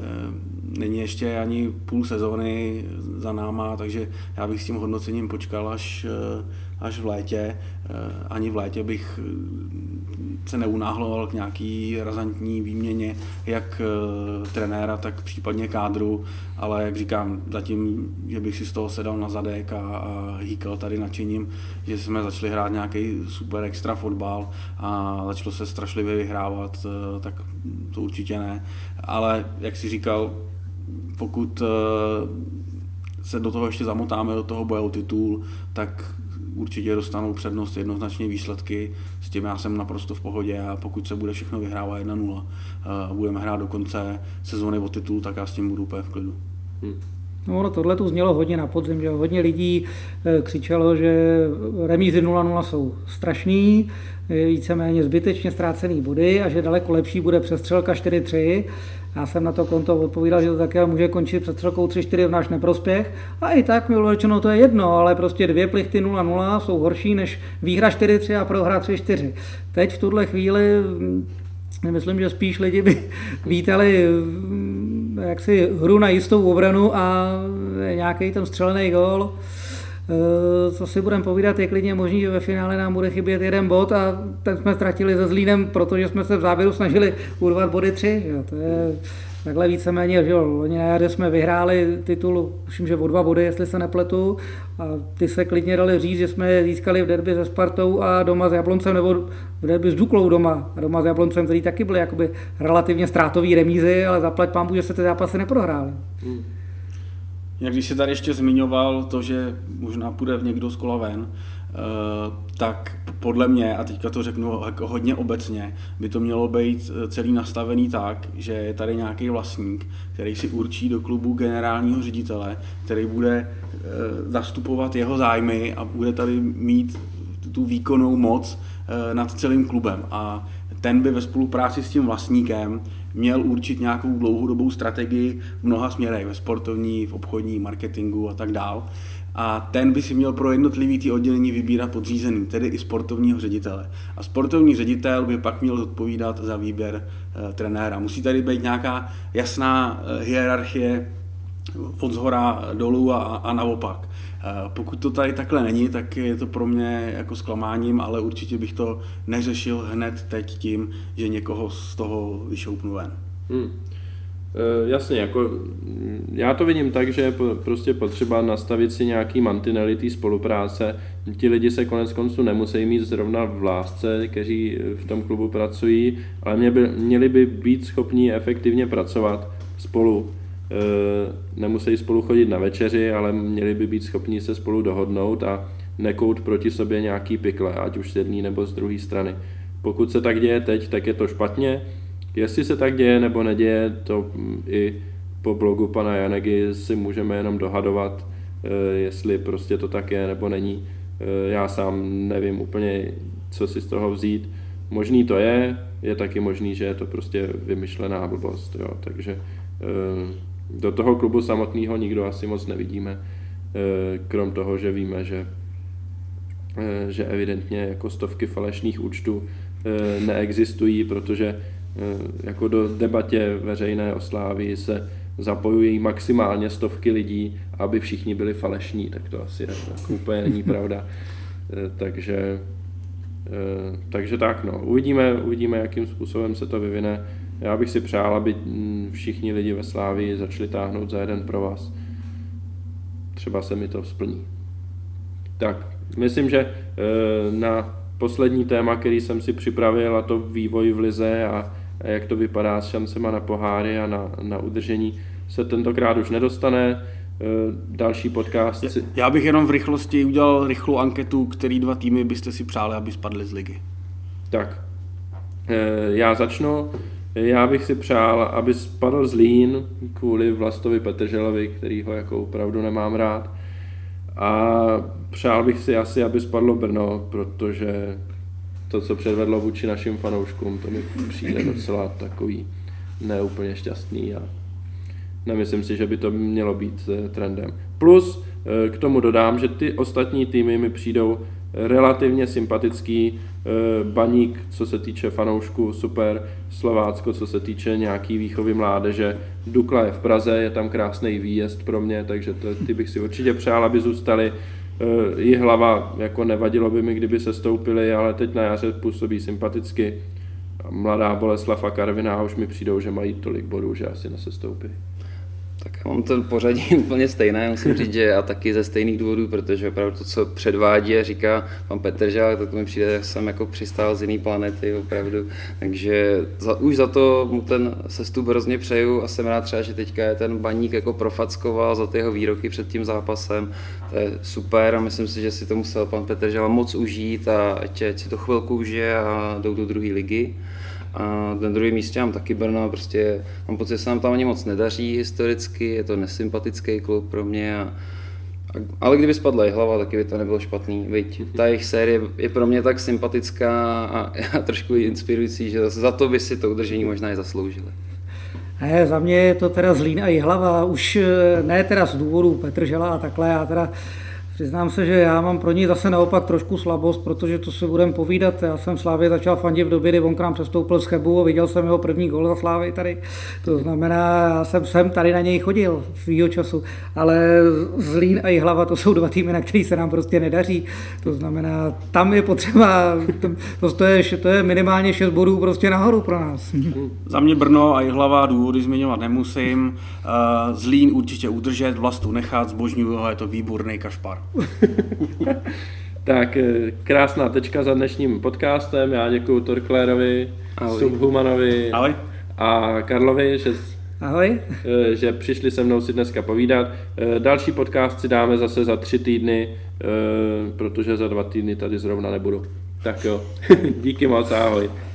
není ještě ani půl sezóny za náma, takže já bych s tím hodnocením počkal až v létě. Ani v létě bych se neunáhloval k nějaký razantní výměně jak trenéra, tak případně kádru, ale jak říkám, zatím, že bych si z toho sedal na zadek a hýkal tady nadšením, že jsme začali hrát nějaký super extra fotbal a začalo se strašlivě vyhrávat, tak to určitě ne. Ale jak si říkal, pokud se do toho ještě zamotáme, do toho boje o titul, tak určitě dostanou přednost jednoznačně výsledky, s tím já jsem naprosto v pohodě a pokud se bude všechno vyhrávat 1-0 a budeme hrát do konce sezóny o titul, tak já s tím budu úplně v klidu. No, tohle tu znělo hodně na podzim, že hodně lidí křičelo, že remízy 0-0 jsou strašný, víceméně zbytečně ztrácený body a že daleko lepší bude přestřelka 4-3. Já jsem na to konto odpovídal, že to také může končit přestřelkou 3-4 v náš neprospěch. A i tak mi bylo řečeno, to je jedno, ale prostě 2 plichty 0-0 jsou horší než výhra 4-3 a prohra 3-4. Teď v tuhle chvíli myslím, že spíš lidi by vítali jaksi hru na jistou obranu a nějaký ten střelený gól. Co si budeme povídat, je klidně možný, že ve finále nám bude chybět 1 bod a ten jsme ztratili se Zlínem, protože jsme se v závěru snažili urvat body 3. Jo. To je takhle víceméně, že loni na jaře jsme vyhráli titul, myslím, že o 2 body, jestli se nepletu, a ty se klidně dali říct, že jsme je získali v derby se Spartou a doma s Jabloncem, nebo v derby s Duklou doma a doma s Jabloncem, který taky byly jakoby relativně ztrátový remízy, ale zaplať pánbůh, že se ty zápasy neprohrály. Jak když jsi tady ještě zmiňoval to, že možná půjde někdo z kola ven, tak podle mě, a teďka to řeknu hodně obecně, by to mělo být celý nastavený tak, že je tady nějaký vlastník, který si určí do klubu generálního ředitele, který bude zastupovat jeho zájmy a bude tady mít tu výkonnou moc nad celým klubem. A ten by ve spolupráci s tím vlastníkem měl určit nějakou dlouhodobou strategii v mnoha směrech, ve sportovní, v obchodní, marketingu a tak dál. A ten by si měl pro jednotlivý ty oddělení vybírat podřízený, tedy i sportovního ředitele. A sportovní ředitel by pak měl odpovídat za výběr trenéra. Musí tady být nějaká jasná hierarchie od zhora dolů a naopak. Pokud to tady takhle není, tak je to pro mě jako zklamáním, ale určitě bych to neřešil hned teď tím, že někoho z toho vyšoupnu ven. Jasně, jako já to vidím tak, že je prostě potřeba nastavit si nějaký mantinely té spolupráce. Ti lidi se konec konců nemusí mít zrovna v lásce, kteří v tom klubu pracují, ale měli by být schopní efektivně pracovat spolu. Nemusí spolu chodit na večeři, ale měli by být schopní se spolu dohodnout a nekout proti sobě nějaký pikle, ať už z jedné nebo z druhé strany. Pokud se tak děje teď, tak je to špatně. Jestli se tak děje nebo neděje, to i po blogu pana Janegy si můžeme jenom dohadovat, jestli prostě to tak je nebo není. Já sám nevím úplně, co si z toho vzít. Možný to je taky možný, že je to prostě vymyšlená blbost. Jo. Takže do toho klubu samotného nikdo asi moc nevidíme, krom toho, že víme, že evidentně jako stovky falešných účtů neexistují, protože jako do debatě veřejné o Slávii se zapojují maximálně stovky lidí, aby všichni byli falešní, tak to asi jako úplně není pravda. Takže tak, no. Uvidíme, jakým způsobem se to vyvine. Já bych si přál, aby všichni lidi ve Slávii začali táhnout za jeden provaz. Třeba se mi to splní. Tak, myslím, že na poslední téma, který jsem si připravil, a to vývoj v lize a jak to vypadá s šancema na poháry a na udržení, se tentokrát už nedostane. Další podcast. Já bych jenom v rychlosti udělal rychlou anketu, který 2 týmy byste si přáli, aby spadly z ligy. Tak, já začnu. Já bych si přál, aby spadl Zlín kvůli Vlastovi Petrželovi, kterýho jako opravdu nemám rád. A přál bych si asi, aby spadlo Brno, protože to, co předvedlo vůči našim fanouškům, to mi přijde docela takový neúplně šťastný a nemyslím si, že by to mělo být trendem. Plus k tomu dodám, že ty ostatní týmy mi přijdou relativně sympatický. Baník, co se týče fanoušků, super. Slovácko, co se týče nějaký výchovy mládeže. Dukla je v Praze, je tam krásný výjezd pro mě, takže ty bych si určitě přál, aby zůstali. Jihlava, jako nevadilo by mi, kdyby se stoupili, ale teď na jaře působí sympaticky. Mladá Boleslav a Karviná už mi přijdou, že mají tolik bodů, že asi nesestoupí. Tak já mám to pořadí úplně stejné, musím říct, že a taky ze stejných důvodů, protože opravdu to, co předvádí a říká pan Petržel, to mi přijde, že jsem jako přistál z jiné planety, opravdu. Takže už za to mu ten sestup hrozně přeju a jsem rád třeba, že teďka je ten Baník jako profackoval za ty jeho výroky před tím zápasem. To je super a myslím si, že si to musel pan Petržel moc užít a ať si to chvilku užije a jdou do druhé ligy. A na druhém místě mám taky Brno, prostě mám pocit, že se nám tam ani moc nedaří historicky, je to nesympatický klub pro mě, ale kdyby spadla Jihlava, taky by to nebylo špatný, viď? Ta jejich série je pro mě tak sympatická a trošku inspirující, že za to by si to udržení možná i zasloužili. Ne, za mě je to teda Zlín a Jihlava, už ne teda z důvodu Petržela a takhle, já teda přiznám se, že já mám pro ní zase naopak trošku slabost, protože to si budeme povídat. Já jsem Slávě začal fandit v době, kdy on k nám přestoupil z Chebu a viděl jsem jeho první gól za Slávy tady. To znamená, já jsem tady na něj chodil svýho času, ale Zlín a Jihlava to jsou 2 týmy, na který se nám prostě nedaří. To znamená, tam je potřeba, to je minimálně 6 bodů prostě nahoru pro nás. Za mě Brno a Jihlava důvody zmiňovat nemusím. Zlín určitě udržet, Vlastu nechat, zbožňuju ho, je to výborný kašpar. Tak, krásná tečka za dnešním podcastem. Já děkuju Torklérovi, Subhumanovi Ahoj. A Karlovi, Ahoj. Že přišli se mnou si dneska povídat. Další podcast si dáme zase za 3 týdny, protože za 2 týdny tady zrovna nebudu. Tak jo, díky moc, ahoj.